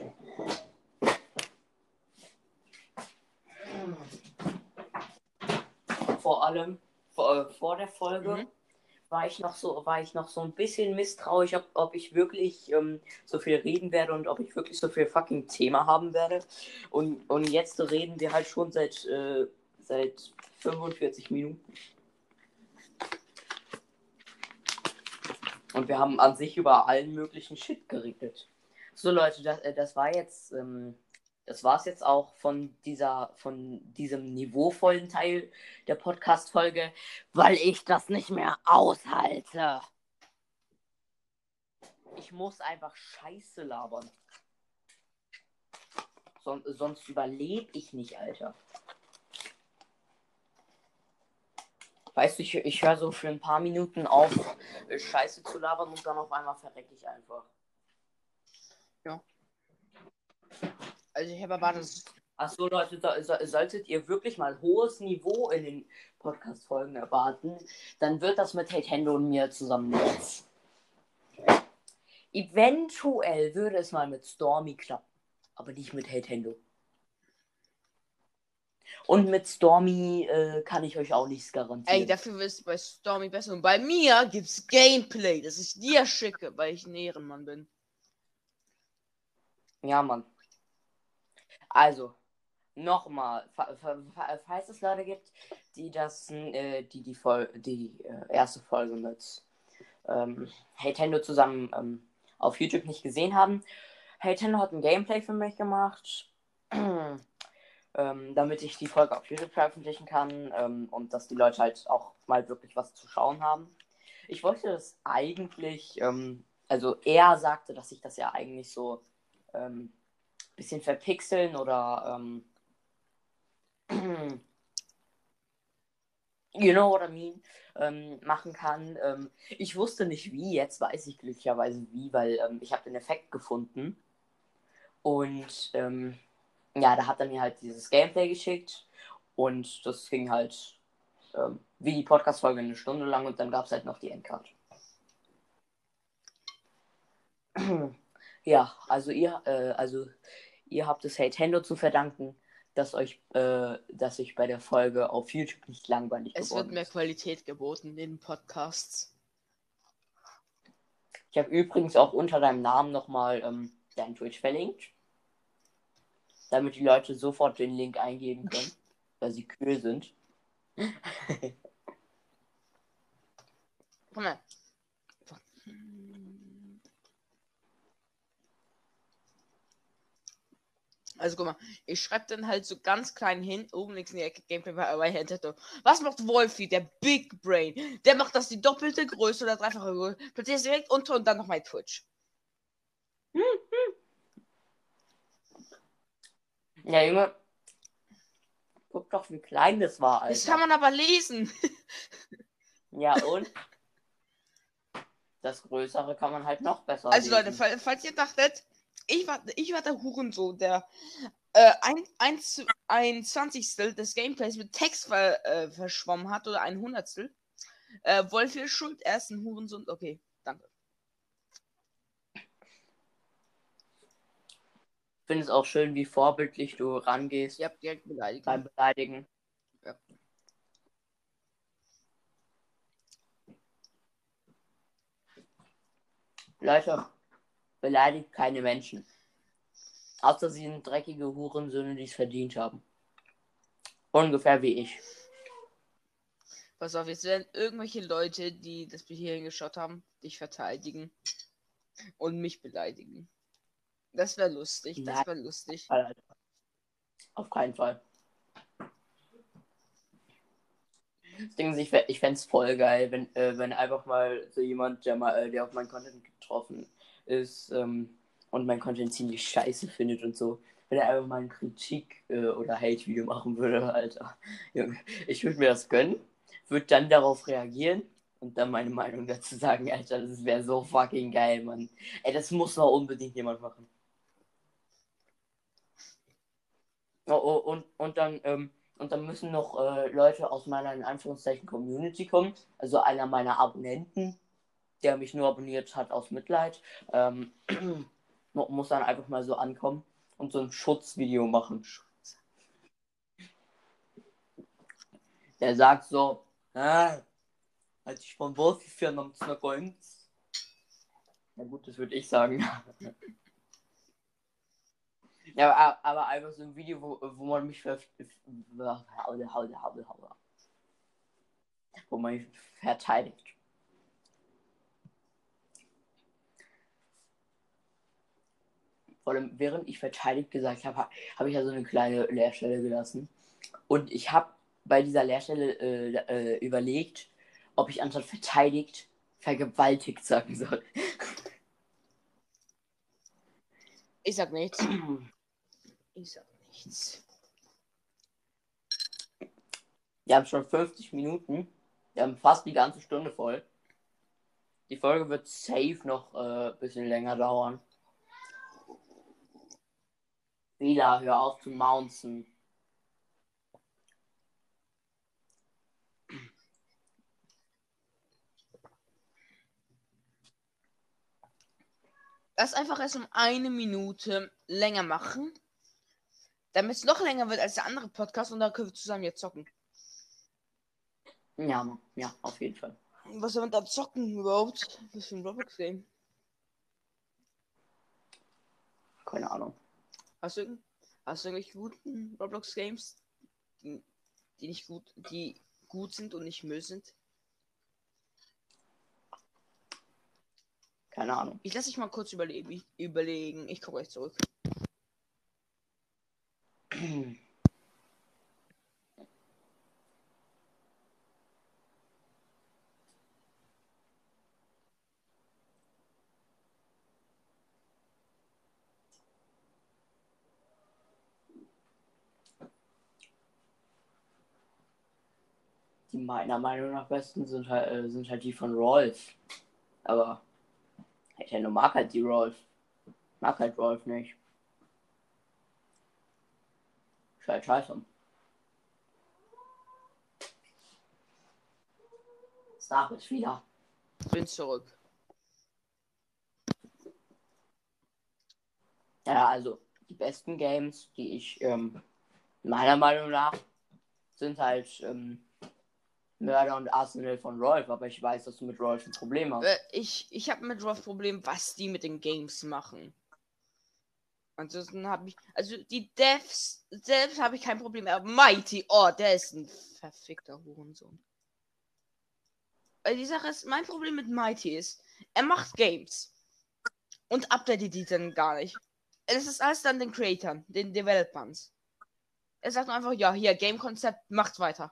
Vor allem vor der Folge war ich noch so ein bisschen misstrauisch, ob ich wirklich so viel reden werde und ob ich wirklich so viel fucking Thema haben werde. Und jetzt reden wir halt schon seit 45 Minuten. Und wir haben an sich über allen möglichen Shit geredet. So Leute, das war's jetzt auch von diesem niveauvollen Teil der Podcast-Folge, weil ich das nicht mehr aushalte. Ich muss einfach Scheiße labern. Sonst überlebe ich nicht, Alter. Weißt du, ich höre so für ein paar Minuten auf, Scheiße zu labern und dann auf einmal verrecke ich einfach. Ja. Also ich habe erwartet. Achso, Leute, solltet ihr wirklich mal hohes Niveau in den Podcast-Folgen erwarten, dann wird das mit Nintendo und mir zusammen nichts. Eventuell würde es mal mit Stormy klappen, aber nicht mit Nintendo. Und mit Stormy kann ich euch auch nichts garantieren. Ey, dafür wirst du bei Stormy besser. Und bei mir gibt's Gameplay, das ich dir schicke, weil ich ein Ehrenmann bin. Ja, Mann. Also, nochmal, falls es Leute gibt, die die erste Folge mit Nintendo zusammen auf YouTube nicht gesehen haben. Nintendo hat ein Gameplay für mich gemacht. Damit ich die Folge auf YouTube veröffentlichen kann und dass die Leute halt auch mal wirklich was zu schauen haben. Ich wollte das eigentlich, also er sagte, dass ich das ja eigentlich so bisschen verpixeln oder you know what I mean, machen kann. Ich wusste nicht wie, jetzt weiß ich glücklicherweise wie, weil ich habe den Effekt gefunden und ja, da hat er mir halt dieses Gameplay geschickt und das ging halt wie die Podcast-Folge 1 Stunde lang und dann gab es halt noch die Endcard. Ja, also ihr habt es Nintendo zu verdanken, dass ich bei der Folge auf YouTube nicht langweilig geworden ist. Es wird mehr Qualität geboten in den Podcasts. Ich habe übrigens auch unter deinem Namen nochmal deinen Twitch verlinkt. Damit die Leute sofort den Link eingeben können, weil sie kühl sind. Komm mal. Also guck mal, ich schreibe dann halt so ganz klein hin, oben links in die Ecke Gameplay bei Nintendo. Was macht Wolfie, der Big Brain? Der macht das die doppelte Größe oder dreifache Größe. Platziert direkt unter und dann noch mein Twitch. Ja, Junge. Guck doch, wie klein das war, Alter. Das kann man aber lesen. Ja, und? Das Größere kann man halt noch besser Also lesen. Leute, falls ihr dachtet, ich war der Hurensohn, der ein Zwanzigstel des Gameplays mit Text verschwommen hat oder ein Hundertstel. Wolfie ist schuld, er ist ein Hurensohn. Okay, danke. Ich finde es auch schön, wie vorbildlich du rangehst. Ihr habt direkt beleidigt. Beim Beleidigen. Ja. Leute, beleidigt keine Menschen. Außer sie sind dreckige Hurensöhne, die es verdient haben. Ungefähr wie ich. Pass auf, jetzt werden irgendwelche Leute, die das hier hingeschaut haben, dich verteidigen und mich beleidigen. Das wäre lustig, das wäre lustig. Alter. Auf keinen Fall. Das Ding ist, ich fände es voll geil, wenn einfach mal so jemand, der auf meinen Content getroffen ist und mein Content ziemlich scheiße findet und so, wenn er einfach mal ein Kritik oder Hate-Video machen würde, Alter. Junge, ich würde mir das gönnen, würde dann darauf reagieren und dann meine Meinung dazu sagen, Alter, das wäre so fucking geil, Mann. Ey, das muss noch unbedingt jemand machen. Und dann müssen noch Leute aus meiner, in Anführungszeichen, Community kommen. Also einer meiner Abonnenten, der mich nur abonniert hat aus Mitleid, muss dann einfach mal so ankommen und so ein Schutzvideo machen. Der sagt so, als ich von Wolfi für am Snackgoing. Na gut, das würde ich sagen. Ja, aber einfach so ein Video, wo man mich wo man mich verteidigt. Vor allem, während ich verteidigt gesagt habe, habe ich ja so eine kleine Leerstelle gelassen. Und ich habe bei dieser Leerstelle überlegt, ob ich anstatt verteidigt vergewaltigt sagen soll. Ich sag nichts. Ich sag nichts. Wir haben schon 50 Minuten. Wir haben fast die ganze Stunde voll. Die Folge wird safe noch ein bisschen länger dauern. Wieder, hör auf zu mounten. Lass einfach erst um 1 Minute länger machen. Damit es noch länger wird als der andere Podcast und dann können wir zusammen jetzt zocken. Ja, auf jeden Fall. Was soll man da zocken überhaupt? Was für ein Roblox-Game? Keine Ahnung. Hast du irgendwelche guten Roblox-Games, die gut sind und nicht Müll sind? Keine Ahnung. Ich lasse dich mal kurz überlegen. Ich komme gleich zurück. Die meiner Meinung nach besten sind halt die von Rolf. Aber Nintendo mag halt die Rolf. Mag halt Rolf nicht. Scheiße. Sag es wieder. Bin zurück. Ja, also die besten Games, die ich meiner Meinung nach sind halt Mörder und Arsenal von Rolf, aber ich weiß, dass du mit Rolf ein Problem hast. Ich habe mit Rolf Problem, was die mit den Games machen. Ansonsten habe ich, also die Devs selbst habe ich kein Problem, aber Mighty, oh, der ist ein verfickter Hurensohn. Weil die Sache ist, mein Problem mit Mighty ist, er macht Games und updatet die dann gar nicht. Es ist alles dann den Creatern, den Developers. Er sagt nur einfach, ja, hier, Game-Konzept, macht weiter.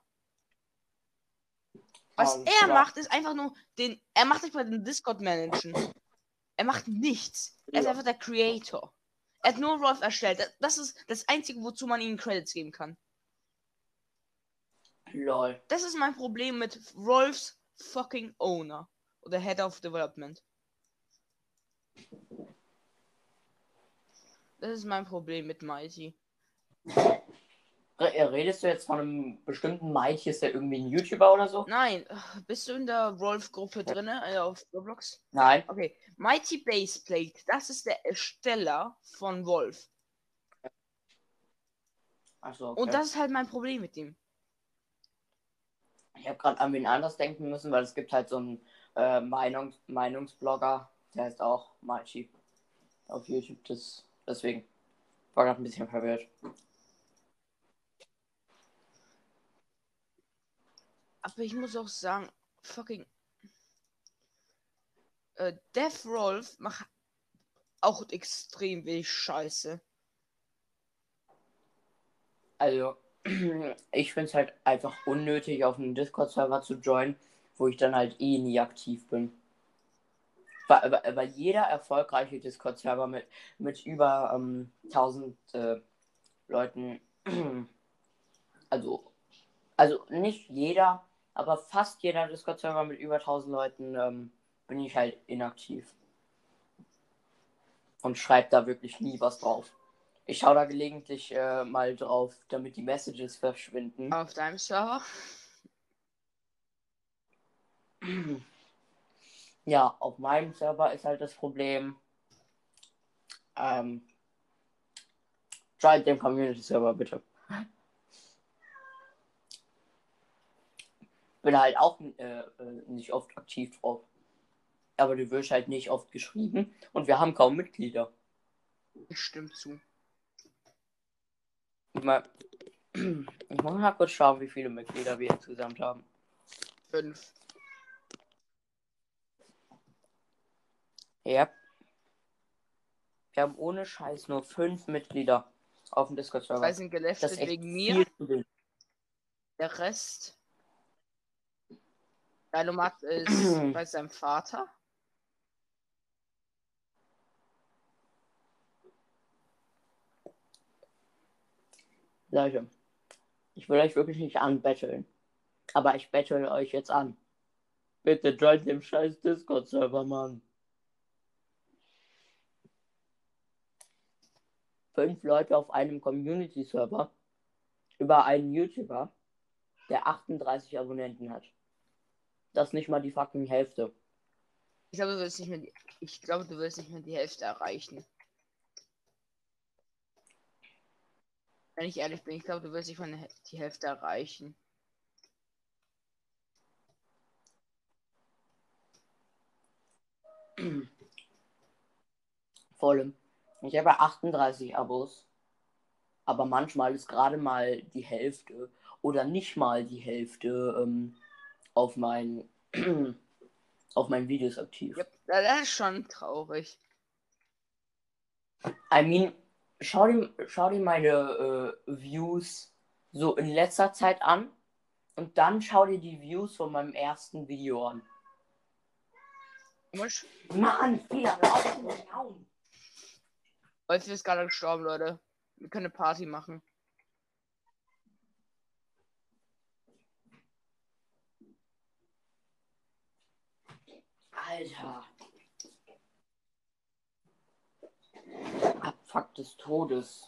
Was er macht, ist einfach nur er macht nicht mal den Discord managen. Er macht nichts. Er ist einfach der Creator. Er hat nur Rolf erstellt. Das ist das Einzige, wozu man ihnen Credits geben kann. Lol. Das ist mein Problem mit Rolfs fucking Owner. Oder Head of Development. Das ist mein Problem mit Mighty. Redest du jetzt von einem bestimmten Mighty? Ist der irgendwie ein YouTuber oder so? Nein, bist du in der Rolf-Gruppe drin, auf Roblox? Nein. Okay, Mighty Baseplate, das ist der Ersteller von Wolf. Achso, okay. Und das ist halt mein Problem mit ihm. Ich habe gerade an wen anders denken müssen, weil es gibt halt so einen Meinungsblogger, der heißt auch Mighty auf YouTube. Deswegen war gerade ein bisschen verwirrt. Aber ich muss auch sagen, fucking Death Rolf macht auch extrem wenig Scheiße. Also, ich finde es halt einfach unnötig, auf einen Discord-Server zu joinen, wo ich dann halt eh nie aktiv bin. Weil jeder erfolgreiche Discord-Server mit über 1000 Leuten, also nicht jeder, aber fast jeder Discord-Server mit über 1000 Leuten bin ich halt inaktiv. Und schreibe da wirklich nie was drauf. Ich schaue da gelegentlich mal drauf, damit die Messages verschwinden. Auf deinem Server? Ja, auf meinem Server ist halt das Problem, join den Community-Server bitte. Bin halt auch nicht oft aktiv drauf. Aber du wirst halt nicht oft geschrieben und wir haben kaum Mitglieder. Ich stimme zu. Ich muss mal kurz schauen, wie viele Mitglieder wir insgesamt haben. 5. Ja. Wir haben ohne Scheiß nur 5 Mitglieder auf dem Discord-Server. Zwei sind Das geleftet ist echt wegen viel mir. zu wenig. Der Rest. Dailomat ist bei seinem Vater. Leute, ich will euch wirklich nicht anbetteln. Aber ich bettel euch jetzt an. Bitte joint dem scheiß Discord-Server, Mann. 5 Leute auf einem Community-Server über einen YouTuber, der 38 Abonnenten hat. Das ist nicht mal die fucking Hälfte. Ich glaube, du wirst nicht mehr die Hälfte erreichen. Wenn ich ehrlich bin, ich glaube, du wirst nicht mal die Hälfte erreichen. Vor allem, ich habe 38 Abos, aber manchmal ist gerade mal die Hälfte oder nicht mal die Hälfte auf meinen auf meinen Videos aktiv. Ja, das ist schon traurig. I mean, schau dir meine Views so in letzter Zeit an und dann schau dir die Views von meinem ersten Video an. Mann, Fehler, Wolf ist gerade gestorben, Leute. Wir können eine Party machen. Alter. Abfuck des Todes.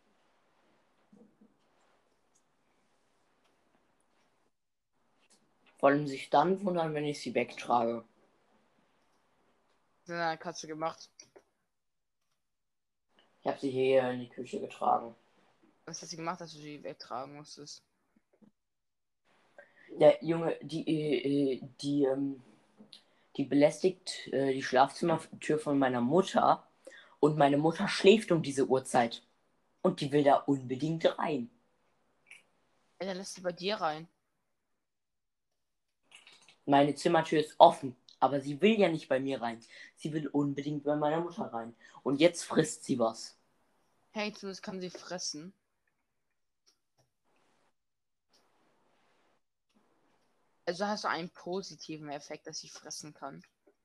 Wollen sich dann wundern, wenn ich sie wegtrage. Was hat eine Katze gemacht? Ich habe sie hier in die Küche getragen. Was hat sie gemacht, dass du sie wegtragen musstest? Der Junge, die belästigt die Schlafzimmertür von meiner Mutter und meine Mutter schläft um diese Uhrzeit. Und die will da unbedingt rein. Ja, dann lässt sie bei dir rein. Meine Zimmertür ist offen, aber sie will ja nicht bei mir rein. Sie will unbedingt bei meiner Mutter rein. Und jetzt frisst sie was. Hey, zumindest kann sie fressen. Also hast du einen positiven Effekt, dass sie fressen kann.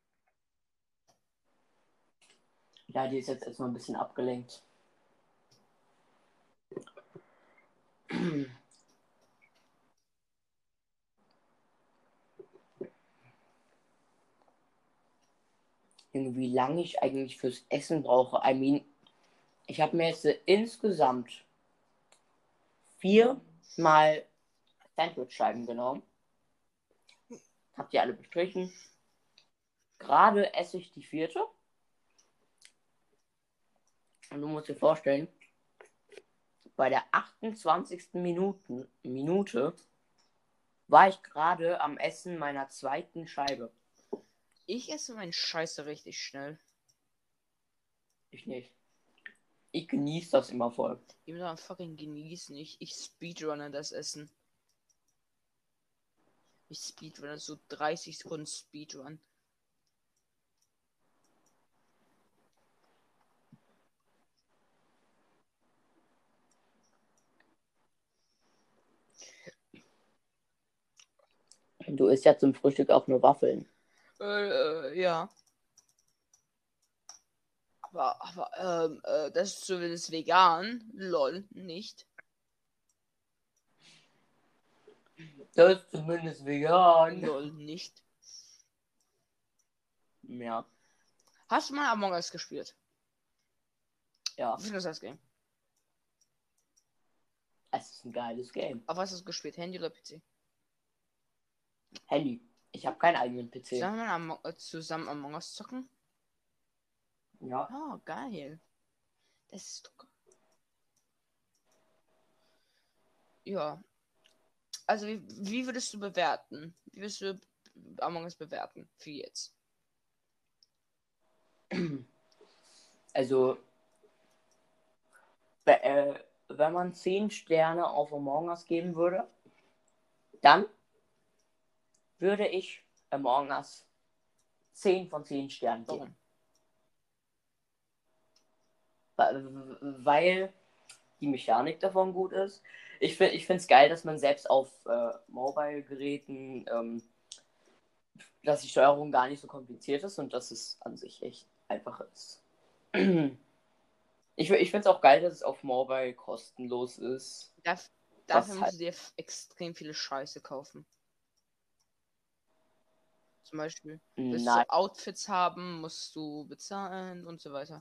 Ja, die ist jetzt erstmal ein bisschen abgelenkt. Wie lange ich eigentlich fürs Essen brauche. I mean, ich habe mir jetzt insgesamt 4 mal Sandwichscheiben genommen. Hab die alle bestrichen. Gerade esse ich die 4. Und du musst dir vorstellen, bei der 28. Minute war ich gerade am Essen meiner 2. Scheibe. Ich esse meinen Scheiße richtig schnell. Ich nicht. Ich genieße das immer voll. Ich muss mal fucking genießen. Ich speedrunne das Essen. Ich speedrunne so 30 Sekunden Speedrun. Du isst ja zum Frühstück auch nur Waffeln. Ja. Aber das ist zumindest vegan. Lol, nicht. Das ist zumindest vegan. Lol, nicht. Ja. Hast du mal Among Us gespielt? Ja. Wie findest du das Game? Es ist ein geiles Game. Auf was hast du gespielt? Handy oder PC? Handy. Ich habe keinen eigenen PC. Sollen wir zusammen Among Us zocken? Ja. Oh, geil. Das ist doch geil. Ja. Also, wie würdest du bewerten? Wie würdest du Among Us bewerten? Für jetzt. Also, wenn man 10 Sterne auf Among Us geben würde, dann würde ich Among Us 10 von 10 Sternen geben. Weil die Mechanik davon gut ist. Ich finde es geil, dass man selbst auf Mobile-Geräten, dass die Steuerung gar nicht so kompliziert ist und dass es an sich echt einfach ist. Ich finde es auch geil, dass es auf Mobile kostenlos ist. Dafür musst du dir extrem viele Scheiße kaufen. Zum Beispiel, willst du Outfits haben, musst du bezahlen und so weiter.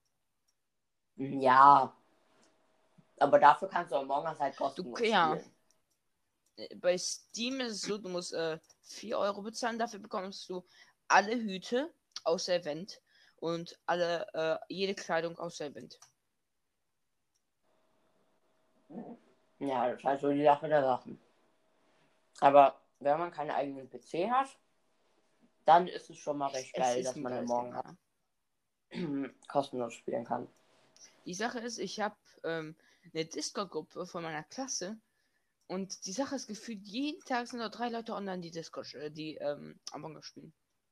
Ja. Aber dafür kannst du Among Us halt kostenlos spielen. Bei Steam ist es so, du musst 4 Euro bezahlen, dafür bekommst du alle Hüte außer Event und jede Kleidung außer Event. Ja, das ist halt so die Sache der Sachen. Aber wenn man keinen eigenen PC hat, dann ist es schon mal recht geil, dass man Among Us kostenlos spielen kann. Die Sache ist, ich habe eine Discord-Gruppe von meiner Klasse und die Sache ist gefühlt, jeden Tag sind noch 3 Leute online, die Among Us spielen.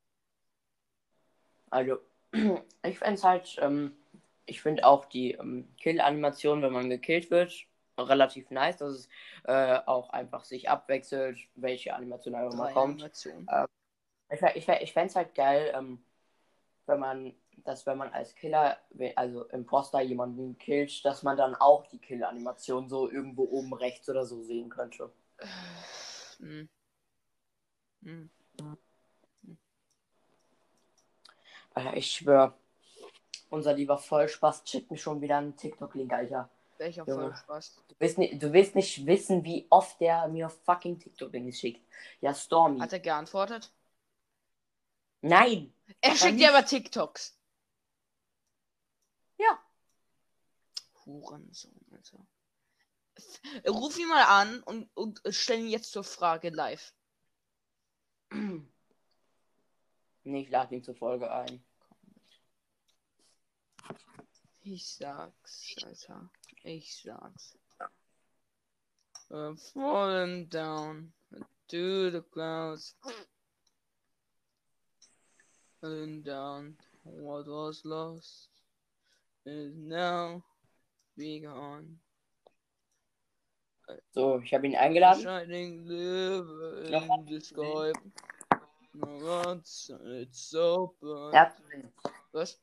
Also, ich fände es halt, ich finde auch die Kill-Animation, wenn man gekillt wird, relativ nice, dass es auch einfach sich abwechselt, welche Animation auch immer kommt. Ich fände es halt geil, wenn man als Killer, also Imposter jemanden killt, dass man dann auch die Kill-Animation so irgendwo oben rechts oder so sehen könnte. Alter, ich schwör, unser lieber Vollspaß schickt mir schon wieder einen TikTok-Link, Alter. Welcher Vollspaß? Du willst nicht wissen, wie oft der mir fucking TikTok-Links schickt. Ja, Stormy. Hat er geantwortet? Nein! Er schickt dir aber TikToks. Ja. Hurensohn, Alter. Ruf ihn mal an und stell ihn jetzt zur Frage live. Nee, ich lade ihn zur Folge ein. Ich sag's, Alter. Ich sag's. Falling down to the clouds. Falling down. What was lost is now be gone. So, ich habe ihn eingeladen. Shining live in the sky. No, it's open. Er hat's gesehen. Was?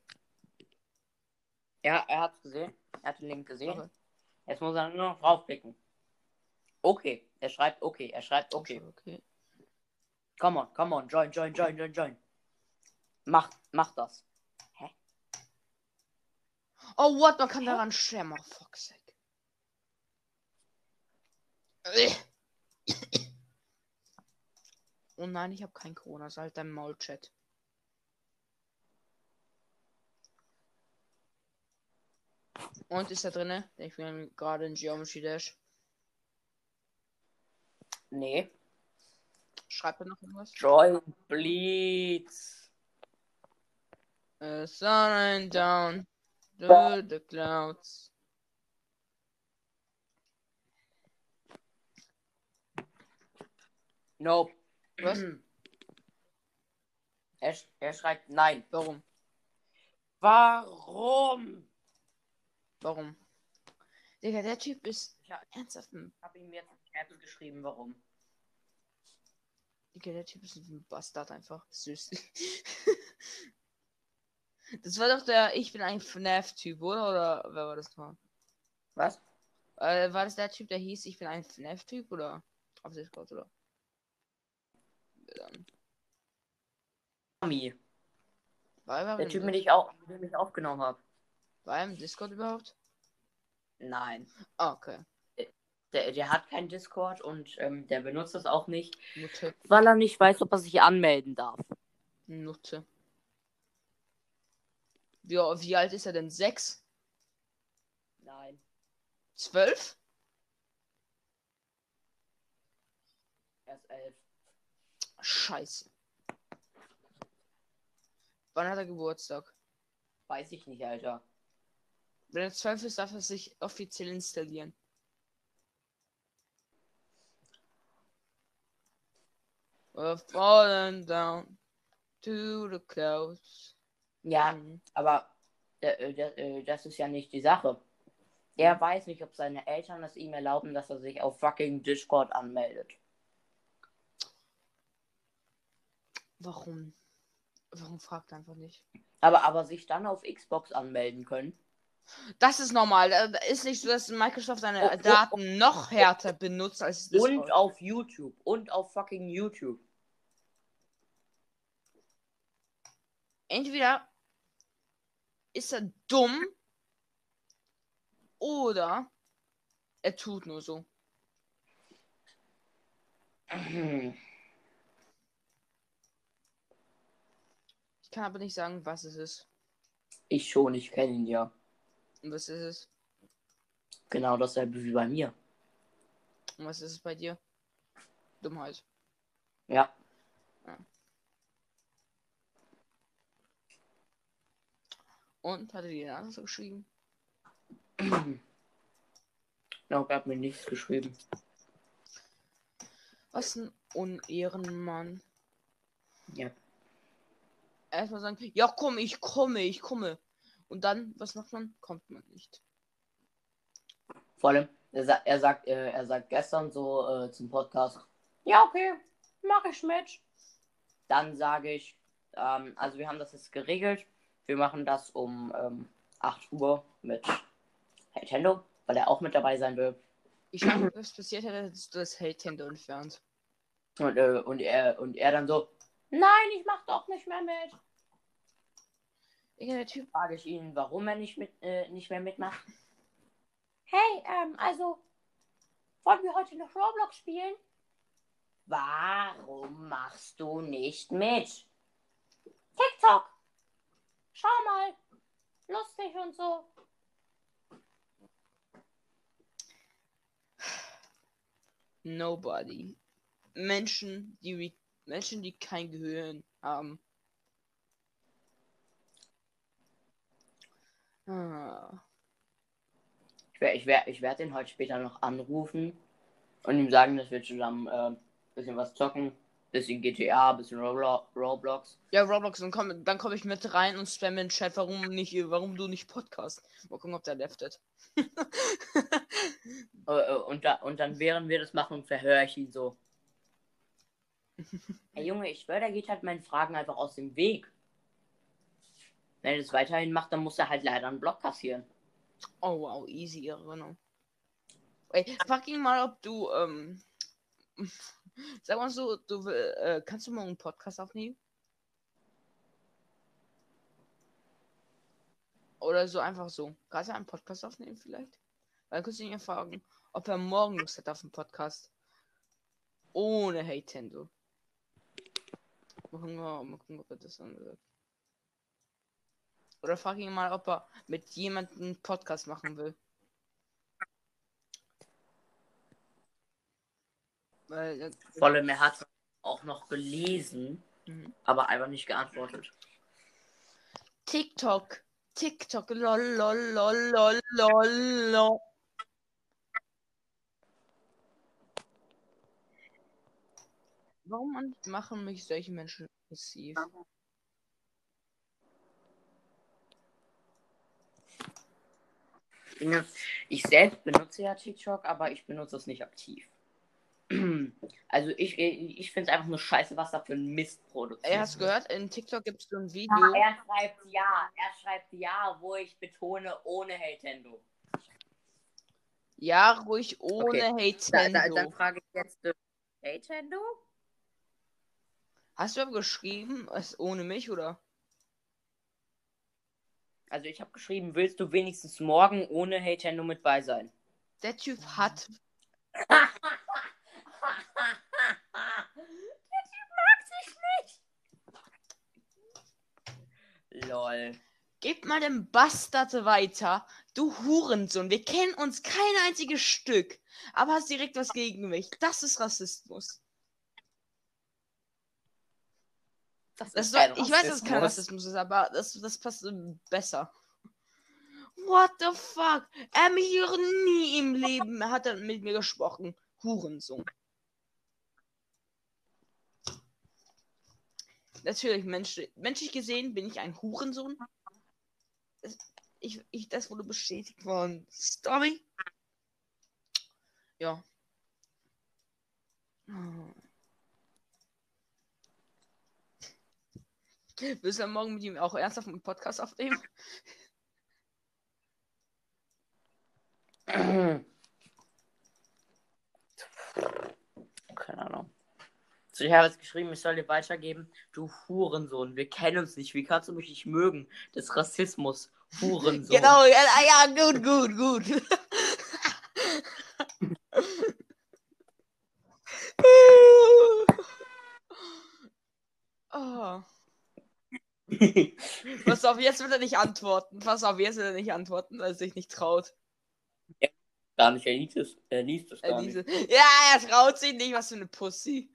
Ja, er hat's gesehen. Er hat den Link gesehen. Okay. Jetzt muss er nur noch draufklicken. Okay. Er schreibt okay. Okay. Come on. Join. Mach das. Hä? Oh, what? Man kann daran schwärmen. Oh, fuck's sake. Oh nein, ich habe kein Corona. Halt dein Maul, Chat. Und ist er drinne? Ich bin gerade in Geometry Dash. Nee. Schreibt er noch irgendwas? Join, please. Sun down to the clouds. Nope. Was? Er schreibt nein. Warum? Warum? Digga, der Typ ist ernsthaft. Ich hab ihm jetzt in geschrieben, warum. Digga, der Typ ist ein Bastard einfach. Süß. Das war doch der Ich bin ein FNAF-Typ, oder? Oder wer war das noch? Was? War das der Typ, der hieß Ich bin ein FNAF-Typ, oder? Auf Discord, oder? Dann. Der Typ, mit dem ich aufgenommen habe. War er im Discord überhaupt? Nein. Ah, okay. Der hat kein Discord und der benutzt das auch nicht, Nutte. weil er nicht weiß, ob er sich anmelden darf. Nutte. Wie alt ist er denn? 6? Nein. 12? Er ist 11. Scheiße. Wann hat er Geburtstag? Weiß ich nicht, Alter. Wenn er 12 ist, darf er sich offiziell installieren. We're falling down to the clouds. Ja, aber das ist ja nicht die Sache. Er weiß nicht, ob seine Eltern es ihm erlauben, dass er sich auf fucking Discord anmeldet. Warum? Warum fragt er einfach nicht? Aber sich dann auf Xbox anmelden können. Das ist normal. Ist nicht so, dass Microsoft seine Daten noch härter benutzt als Discord. Und auf YouTube. Und auf fucking YouTube. Entweder ist er dumm oder er tut nur so. Ich kann aber nicht sagen, was es ist. Ich schon, ich kenne ihn ja. Und was ist es? Genau dasselbe wie bei mir. Und was ist es bei dir? Dummheit. Ja. Und hat er dir alles so geschrieben? No, er hat mir nichts geschrieben. Was ein Unehrenmann. Ja. Erstmal sagen, ja komm, ich komme. Und dann, was macht man? Kommt man nicht. Vor allem, er sagt gestern so zum Podcast, ja, okay, mach ich mit. Dann sage ich, also wir haben das jetzt geregelt. Wir machen das um 8 Uhr mit Nintendo, weil er auch mit dabei sein will. Ich habe, was passiert hätte, hättest du das Hate-Tender entfernt. Und er dann so, nein, ich mach doch nicht mehr mit. Der Typ. Frage ich ihn, warum er nicht mehr mitmacht. Hey, also, wollen wir heute noch Roblox spielen? Warum machst du nicht mit? TikTok. Schau mal. Lustig und so. Nobody. Menschen, die kein Gehirn haben. Ich werd ihn heute später noch anrufen und ihm sagen, dass wir zusammen bisschen was zocken. Bisschen GTA, bisschen Roblox. Ja, Roblox, dann komm ich mit rein und spam in den Chat, warum du nicht Podcast. Mal gucken, ob der leftet. Und dann, während wir das machen, verhöre ich ihn so. Hey Junge, ich schwöre, der geht halt meinen Fragen einfach aus dem Weg. Wenn er das weiterhin macht, dann muss er halt leider einen Block kassieren. Oh wow, easy Erinnerung. Ey, frag ihn mal, ob du, sag mal so, kannst du morgen einen Podcast aufnehmen? Oder so einfach so. Kannst du einen Podcast aufnehmen vielleicht? Weil kannst du ihn ja fragen, ob er morgen Lust hat auf einen Podcast. Ohne Hate-Tendo. Mal gucken, ob er das dann sagt. Oder frag ihn mal, ob er mit jemandem einen Podcast machen will. Weil, Vor allem, er hat auch noch gelesen, aber einfach nicht geantwortet. TikTok, lol, lol, lol, lol, lol, lol. Warum machen mich solche Menschen aggressiv? Ich selbst benutze ja TikTok, aber ich benutze es nicht aktiv. Also ich finde es einfach nur scheiße, was da für ein Mist produziert. Ey, hast du gehört? In TikTok gibt es so ein Video. Er schreibt ja, wo ich betone, ohne Nintendo. Ja, ruhig ohne Hate-Tendo. Dann frage ich jetzt, Nintendo? Hast du aber geschrieben, es ohne mich, oder? Also ich habe geschrieben, willst du wenigstens morgen ohne Nintendo mit bei sein? Der Typ hat Lol. Gib mal den Bastard weiter. Du Hurensohn. Wir kennen uns kein einziges Stück. Aber hast direkt was gegen mich. Das ist Rassismus. Ich weiß, dass es kein Rassismus ist, aber das passt besser. What the fuck? Hier nie im Leben hat er mit mir gesprochen. Hurensohn. Natürlich, menschlich gesehen bin ich ein Hurensohn. Das wurde bestätigt von Story. Ja. Willst du morgen mit ihm auch ernsthaft einen Podcast aufnehmen? Keine Ahnung. So, ich habe jetzt geschrieben, ich soll dir weitergeben. Du Hurensohn, wir kennen uns nicht. Wie kannst du mich nicht mögen? Das ist Rassismus. Hurensohn. Genau, ja, gut. Oh. Pass auf, jetzt wird er nicht antworten, weil er sich nicht traut. Gar nicht, er liest es gar nicht. Ja, er traut sich nicht, was für eine Pussy.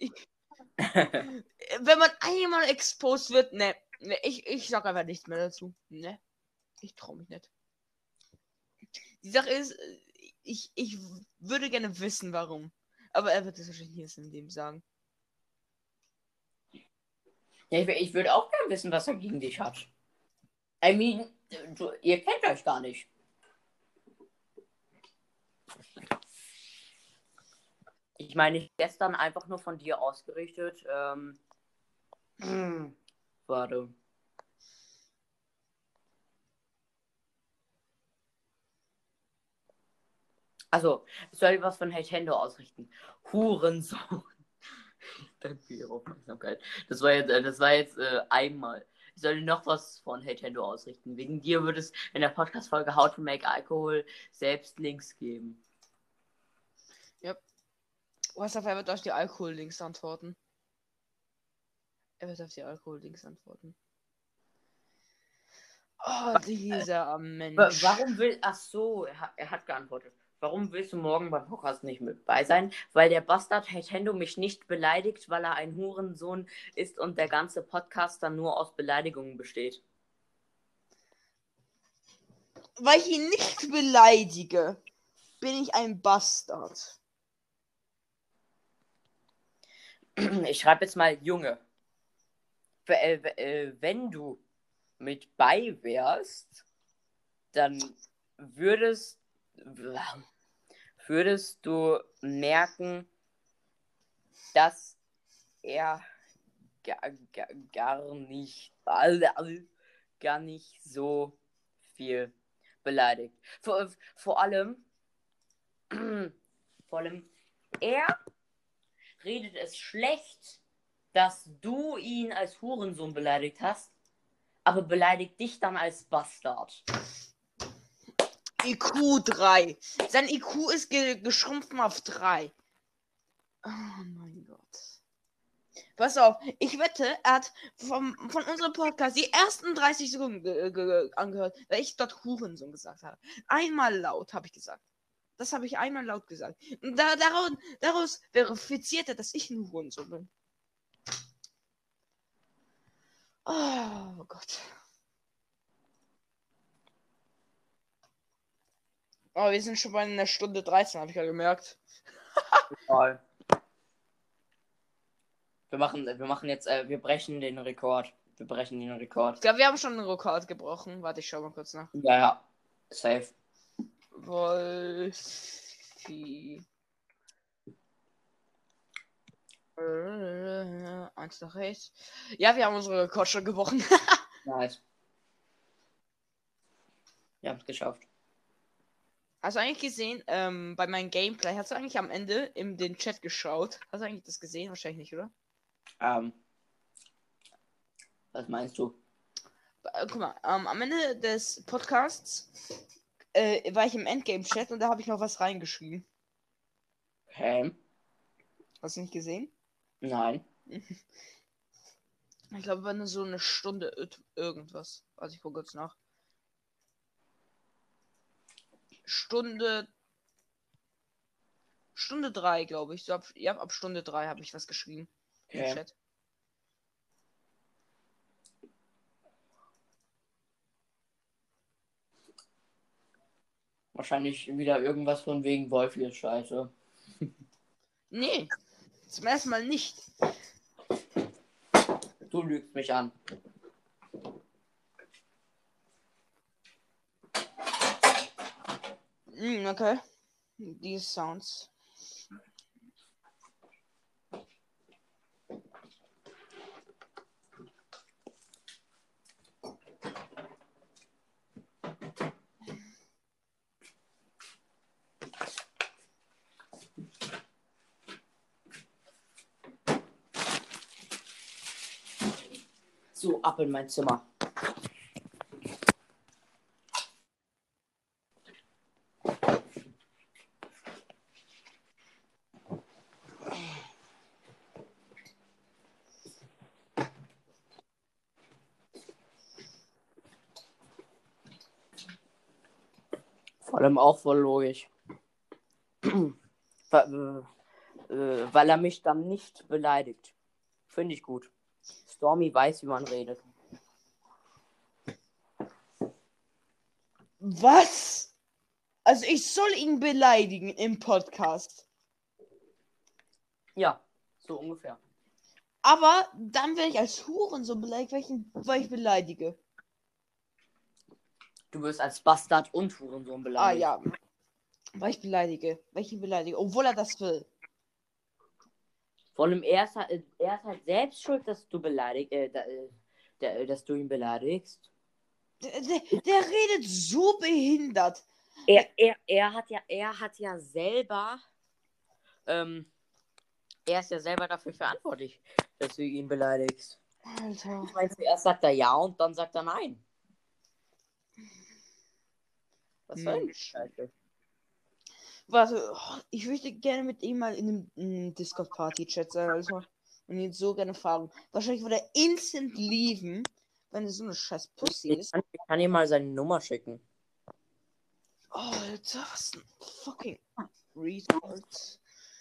Wenn man einmal exposed wird, ne, ich sag einfach nichts mehr dazu. Ne, ich trau mich nicht. Die Sache ist, ich würde gerne wissen, warum. Aber er wird es wahrscheinlich nie in dem sagen. Ja, ich würde auch gerne wissen, was er gegen dich hat. I mean, ihr kennt euch gar nicht. Ich meine, gestern einfach nur von dir ausgerichtet. Warte. Also, ich soll was von Nintendo ausrichten. Hurensohn. Danke für Ihre Aufmerksamkeit. Das war jetzt einmal. Ich soll noch was von Nintendo ausrichten. Wegen dir wird es in der Podcast-Folge How to Make Alcohol selbst Links geben. Ja. WhatsApp, er wird auf die Alkohol-Links antworten. Oh, dieser Mensch. Warum will... Ach so, er hat geantwortet. Warum willst du morgen beim Podcast nicht mit bei sein? Weil der Bastard Nintendo mich nicht beleidigt, weil er ein Hurensohn ist und der ganze Podcast dann nur aus Beleidigungen besteht. Weil ich ihn nicht beleidige, bin ich ein Bastard. Ich schreibe jetzt mal Junge. Wenn du mit bei wärst, dann würdest du merken, dass er gar nicht so viel beleidigt. Vor allem, er redet es schlecht, dass du ihn als Hurensohn beleidigt hast, aber beleidigt dich dann als Bastard. IQ 3. Sein IQ ist geschrumpfen auf 3. Oh mein Gott. Pass auf, ich wette, er hat von unserem Podcast die ersten 30 Sekunden angehört, weil ich dort Hurensohn gesagt habe. Einmal laut habe ich gesagt. Das habe ich einmal laut gesagt. Und daraus verifiziert er, dass ich ein Hurensohn bin. Oh Gott. Oh, wir sind schon bei einer Stunde 13, habe ich ja gemerkt. Toll. Wir brechen den Rekord. Ich glaube, wir haben schon einen Rekord gebrochen. Warte, ich schau mal kurz nach. Ja. Safe. Wolfi. 1 nach rechts. Ja, wir haben unsere Rekord schon gebrochen. Nice. Wir haben es geschafft. Hast du eigentlich gesehen, bei meinem Gameplay, hast du eigentlich am Ende in den Chat geschaut? Hast du eigentlich das gesehen? Wahrscheinlich nicht, oder? Was meinst du? Guck mal, am Ende des Podcasts war ich im Endgame-Chat und da habe ich noch was reingeschrieben. Okay. Hast du nicht gesehen? Nein. Ich glaube, war nur so eine Stunde irgendwas. Also ich gucke jetzt nach. Stunde 3, glaube ich. So ab Stunde 3 habe ich was geschrieben. Im Okay. Chat. Wahrscheinlich wieder irgendwas von wegen Wolfies Scheiße. Nee, zum ersten Mal nicht. Du lügst mich an. Okay. These sounds. So, ab in mein Zimmer. Vor allem auch voll logisch. Weil er mich dann nicht beleidigt. Finde ich gut. Stormy weiß, wie man redet. Was? Also ich soll ihn beleidigen im Podcast. Ja, so ungefähr. Aber dann werde ich als Hurensohn beleidigt, weil ich beleidige. Du wirst als Bastard und Hurensohn beleidigt. Ja. Weil ich beleidige. Weil ich ihn beleidige. Obwohl er das will. Vor allem er ist halt selbst schuld, dass du dass du ihn beleidigst. Der redet so behindert. Er hat ja selber, er ist ja selber dafür verantwortlich, dass du ihn beleidigst. Alter. Ich meine, zuerst sagt er ja und dann sagt er nein. Was soll denn die Scheiße? Warte, ich möchte gerne mit ihm mal in einem Discord-Party-Chat sein, Alter. Und ihn so gerne fragen. Wahrscheinlich würde er instant leaven, wenn er so eine scheiß Pussy ist. Ich kann ihm mal seine Nummer schicken. Alter, was ein fucking Retard.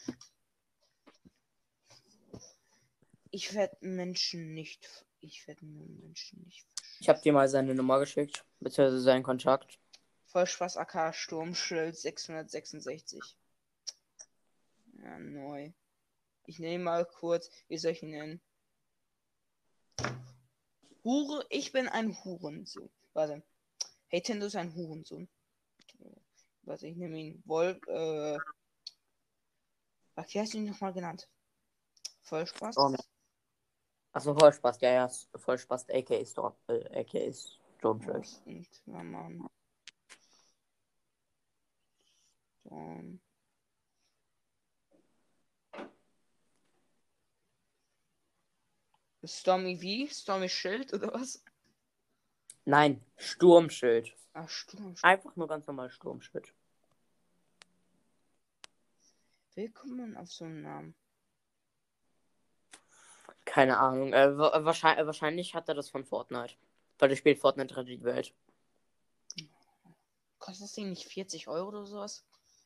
Ich werde Menschen nicht. Ich werde Menschen nicht. Ich habe dir mal seine Nummer geschickt, beziehungsweise seinen Kontakt. Vollspaß AK Sturmschild 666. Ja, neu. Ich nehme mal kurz. Wie soll ich ihn nennen? Ich bin ein Hurensohn. Warte. Hey, Tendo ist ein Hurensohn. Warte, ich nehme ihn. Wie hast du ihn nochmal genannt? Vollspaß? Achso, Vollspaß, ja, Vollspaß, a.k.a. Sturmschild. Und Mann. Stormy wie? Stormy Schild oder was? Nein, Sturmschild. Ach, Sturmschild. Einfach nur ganz normal Sturmschild. Wie kommt man auf so einen Namen? Keine Ahnung. Wahrscheinlich hat er das von Fortnite. Weil er spielt Fortnite Rettet die Welt. Kostet das Ding nicht 40 Euro oder sowas?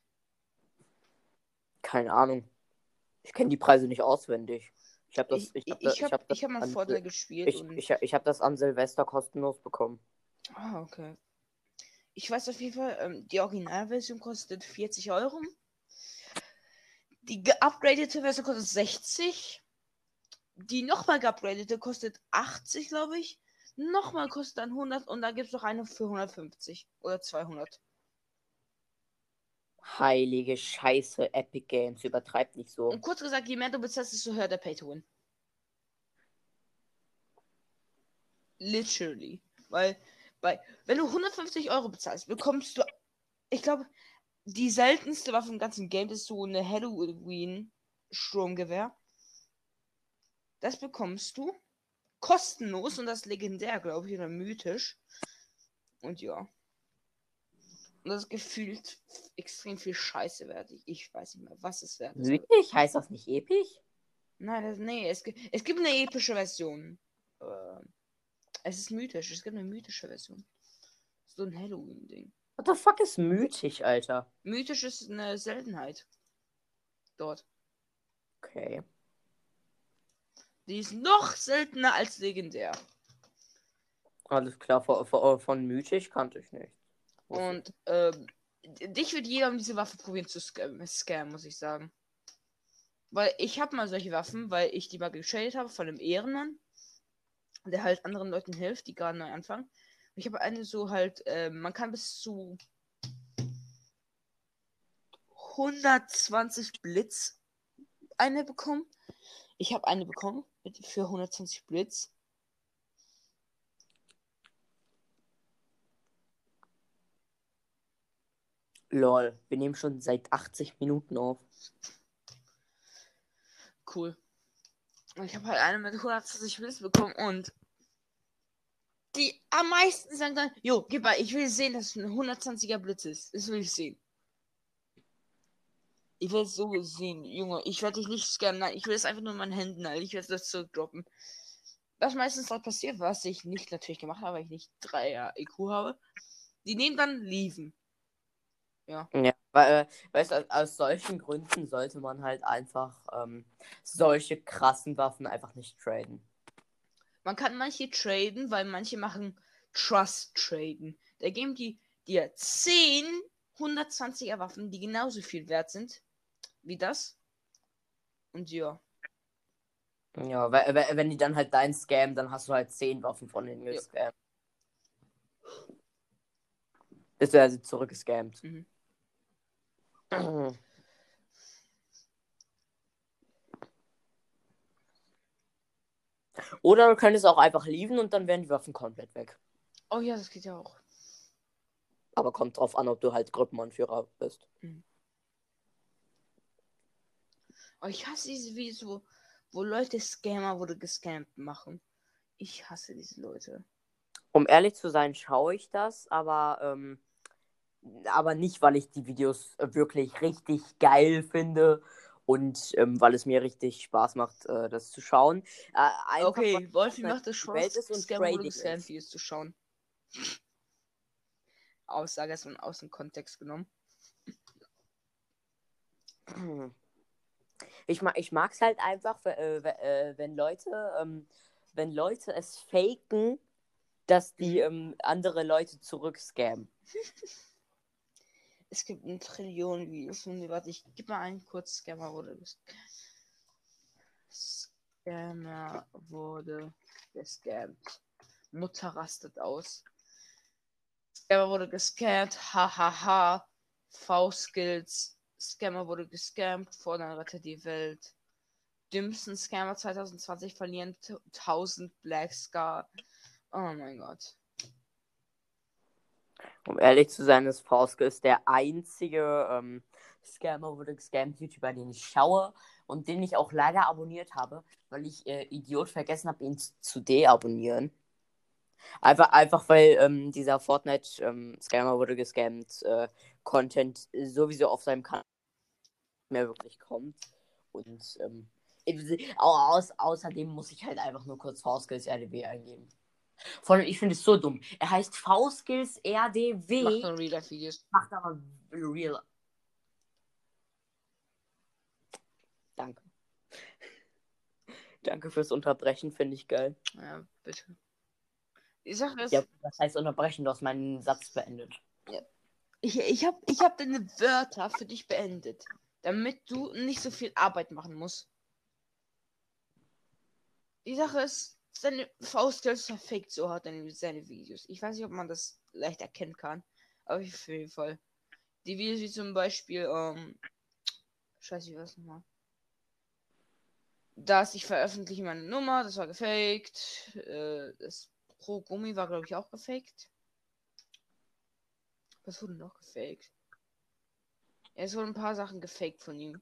Keine Ahnung. Ich kenne die Preise nicht auswendig. Ich hab mal Fortnite gespielt und. Ich habe das an Silvester kostenlos bekommen. Ah, okay. Ich weiß auf jeden Fall, die Originalversion kostet 40 Euro. Die geupgradete Version kostet 60. Die nochmal geupgradete kostet 80, glaube ich. Nochmal kostet dann 100 und dann gibt es noch eine für 150 oder 200. Heilige Scheiße, Epic Games, übertreibt nicht so. Und kurz gesagt, je mehr du bezahlst, desto höher der Pay to Win. Literally. Weil, wenn du 150 Euro bezahlst, bekommst du, ich glaube, die seltenste Waffe im ganzen Game ist so eine Halloween-Sturmgewehr. Das bekommst du kostenlos und das legendär, glaube ich, oder mythisch. Und ja. Und das ist gefühlt extrem viel Scheiße wert. Ich weiß nicht mehr, was es wert ist. Mythisch? Heißt das nicht episch? Nein, nee, es gibt eine epische Version. Es ist mythisch. Es gibt eine mythische Version. So ein Halloween-Ding. What the fuck ist mythisch, Alter? Mythisch ist eine Seltenheit. Dort. Okay. Die ist noch seltener als legendär. Alles klar, von mythisch kannte ich nicht. Und dich wird jeder um diese Waffe probieren zu scammen, muss ich sagen. Weil ich habe mal solche Waffen, weil ich die mal getradet habe von einem Ehrenmann, der halt anderen Leuten hilft, die gerade neu anfangen. Und ich habe eine so halt, man kann bis zu 120 Blitz eine bekommen. Ich habe eine bekommen für 120 Blitz. Lol, wir nehmen schon seit 80 Minuten auf. Cool. Und ich habe halt eine mit 120 Blitz bekommen und die am meisten sagen dann, jo, gib mal, ich will sehen, dass es ein 120er Blitz ist. Das will ich sehen. Ich will es so sehen, Junge. Ich werde dich nicht scammen. Nein, ich will es einfach nur in meinen Händen halten. Ich werde das zurückdroppen. Was meistens dort passiert, was ich nicht natürlich gemacht habe, weil ich nicht 3er IQ habe. Die nehmen dann Lieven. Ja. Ja, weil, weißt du, aus solchen Gründen sollte man halt einfach solche krassen Waffen einfach nicht traden. Man kann manche traden, weil manche machen Trust-Traden. Da geben die dir 10 120er Waffen, die genauso viel wert sind wie das. Und ja. Ja, wenn die dann halt deinen scammen, dann hast du halt 10 Waffen von denen gescammt. Bist du also zurückgescammt. Mhm. Oder du könntest auch einfach lieben und dann wären die Waffen komplett weg. Oh ja, das geht ja auch. Aber kommt drauf an, ob du halt Gruppenanführer bist. Oh, ich hasse diese Videos, wo Leute Scammer wurde gescammt machen. Ich hasse diese Leute. Um ehrlich zu sein, schaue ich das, aber nicht, weil ich die Videos wirklich richtig geil finde und weil es mir richtig Spaß macht, das zu schauen. Einfach, Okay, Wolfi weil macht es die Welt Spaß, ist und Scammer wurde Trading gescammt, ist. Videos zu schauen. Aussage ist aus dem Kontext genommen. Ich mag es halt einfach, wenn Leute es faken, dass die andere Leute zurückscammen. Es gibt eine Trillion Videos. Warte, ich gebe mal einen kurz. Scammer wurde gescammt. Mutter rastet aus. Scammer wurde gescammt. Hahaha. V-Skills. Scammer wurde gescammt. Fortnite rettet die Welt. Dümmsten Scammer 2020 verlieren 1000 Black Scar. Oh mein Gott. Um ehrlich zu sein, ist Fauske ist der einzige Scammer wurde gescammt YouTuber, den ich schaue und den ich auch leider abonniert habe, weil ich Idiot vergessen habe, ihn zu deabonnieren. Einfach weil dieser Fortnite Scammer wurde gescammt Content sowieso auf seinem Kanal nicht mehr wirklich kommt. Und außerdem muss ich halt einfach nur kurz V-Skills RDW eingeben. Vor allem, ich finde es so dumm. Er heißt V-Skills RDW. Macht nur Real-Life-Videos. Macht aber Real. Danke. Danke fürs Unterbrechen, finde ich geil. Ja, bitte. Die Sache ist. Ja, das heißt unterbrechen, du hast meinen Satz beendet. Ja. Ich hab deine Wörter für dich beendet. Damit du nicht so viel Arbeit machen musst. Die Sache ist, seine Faustskills verfaked so hart in seine Videos. Ich weiß nicht, ob man das leicht erkennen kann. Aber auf jeden Fall. Die Videos wie zum Beispiel, scheiße, wie war's nochmal? Dass ich veröffentliche meine Nummer, das war gefaked. Das Pro Gummi war, glaube ich, auch gefaked. Was wurde noch gefaked? Ja, es wurden ein paar Sachen gefaked von ihm.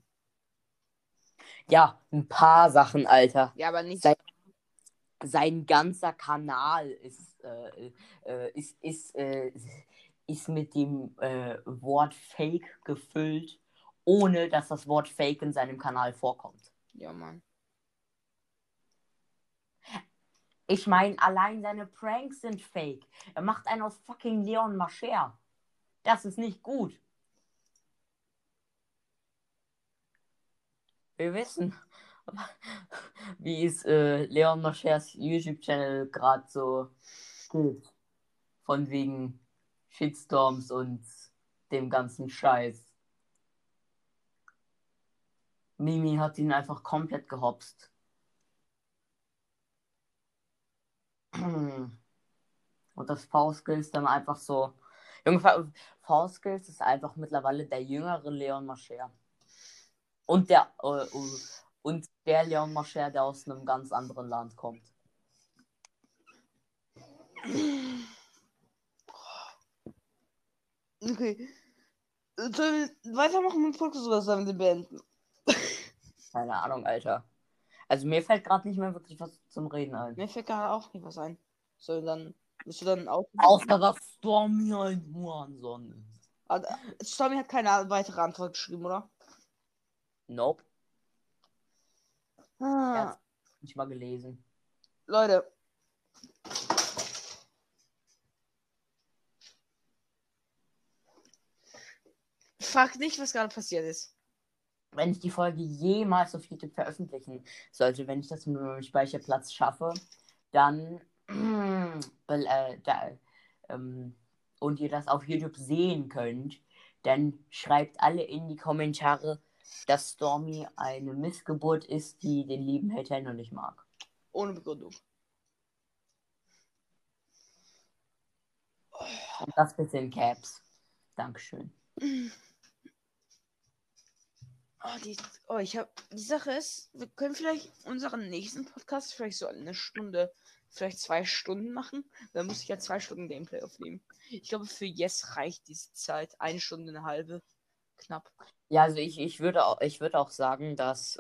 Ja, ein paar Sachen, Alter. Ja, aber nicht. Sein ganzer Kanal ist mit dem Wort Fake gefüllt, ohne dass das Wort Fake in seinem Kanal vorkommt. Ja, Mann. Ich meine, allein seine Pranks sind fake. Er macht einen aus fucking Leon Mascher. Das ist nicht gut. Wir wissen, wie es Leon Maschers YouTube-Channel gerade so geht. Von wegen Shitstorms und dem ganzen Scheiß. Mimi hat ihn einfach komplett gehopst. Und das V-Skills dann einfach so. Junge, V-Skills ist einfach mittlerweile der jüngere Leon Mascher. Und der Leon Mascher, der aus einem ganz anderen Land kommt. Okay. Sollen wir weitermachen mit dem Podcast oder sollen wir den beenden? Keine Ahnung, Alter. Also mir fällt gerade nicht mehr wirklich was zum Reden ein. Mir fällt gerade auch nicht was ein. Bist du dann auch. Außer dass Stormy ein Hurensohn ist. Also, Stormy hat keine weitere Antwort geschrieben, oder? Nope. Er Ah, hat's nicht mal gelesen. Leute. Frag nicht, was gerade passiert ist. Wenn ich die Folge jemals auf YouTube veröffentlichen sollte, wenn ich das mit meinem Speicherplatz schaffe, dann und ihr das auf YouTube sehen könnt, dann schreibt alle in die Kommentare, dass Stormy eine Missgeburt ist, die den lieben Hater noch nicht mag. Ohne Begründung. Und das bitte in Caps. Dankeschön. Die Sache ist, wir können vielleicht unseren nächsten Podcast vielleicht so eine Stunde, vielleicht 2 Stunden machen. Dann muss ich ja 2 Stunden Gameplay aufnehmen. Ich glaube, für Yes reicht diese Zeit. 1 Stunde, eine halbe. Knapp. Ja, also ich würde auch sagen, dass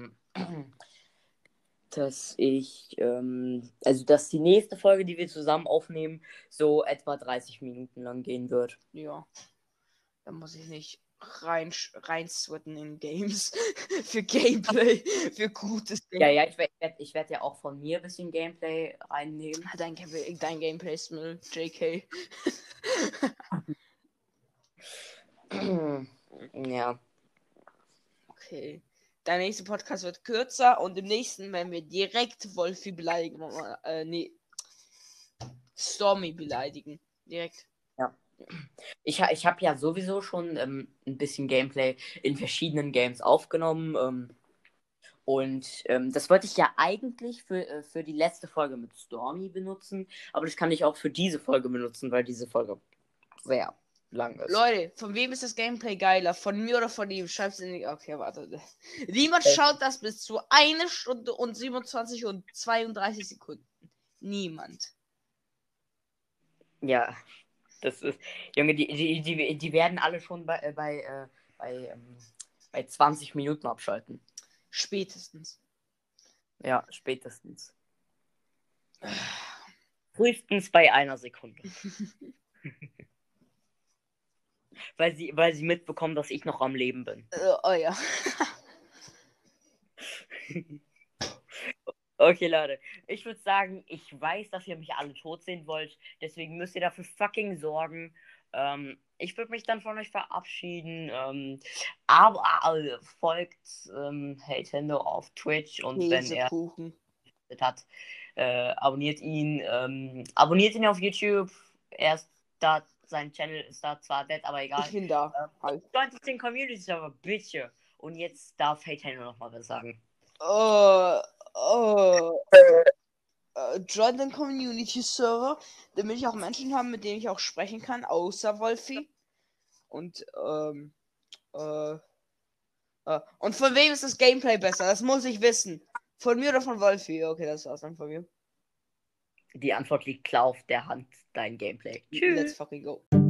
dass die nächste Folge, die wir zusammen aufnehmen, so etwa 30 Minuten lang gehen wird. Ja. Da muss ich nicht rein sweaten in Games. Für Gameplay. Für gutes Gameplay. Ja, ich werd ja auch von mir ein bisschen Gameplay reinnehmen. Dein Gameplay ist Müll, JK. Ja. Okay. Der nächste Podcast wird kürzer und im nächsten werden wir direkt Wolfi beleidigen. Stormy beleidigen. Direkt. Ich habe ja sowieso schon ein bisschen Gameplay in verschiedenen Games aufgenommen. Und das wollte ich ja eigentlich für die letzte Folge mit Stormy benutzen. Aber das kann ich auch für diese Folge benutzen, weil diese Folge sehr lang ist. Leute, von wem ist das Gameplay geiler? Von mir oder von ihm? Schreibt's in die. Okay, warte. Niemand schaut das bis zu 1 Stunde und 27 und 32 Sekunden. Niemand. Ja, das ist. Junge, die werden alle schon bei 20 Minuten abschalten. Spätestens. Ja, spätestens. Frühestens bei 1 Sekunde. weil sie mitbekommen, dass ich noch am Leben bin. Oh ja. Okay, Leute. Ich würde sagen, ich weiß, dass ihr mich alle tot sehen wollt. Deswegen müsst ihr dafür fucking sorgen. Ich würde mich dann von euch verabschieden. Aber folgt Hatendo auf Twitch und wenn er hat, abonniert ihn. Abonniert ihn auf YouTube. Er ist da, sein Channel ist da zwar dead, aber egal. Ich bin da. Joint den Community Server, bitte. Und jetzt darf Hatendo noch mal was sagen. Join den Community Server, damit ich auch Menschen habe, mit denen ich auch sprechen kann, außer Wolfi. Und von wem ist das Gameplay besser? Das muss ich wissen. Von mir oder von Wolfi? Okay, das war's dann von mir. Die Antwort liegt klar auf der Hand, dein Gameplay. Tschüss. Let's fucking go.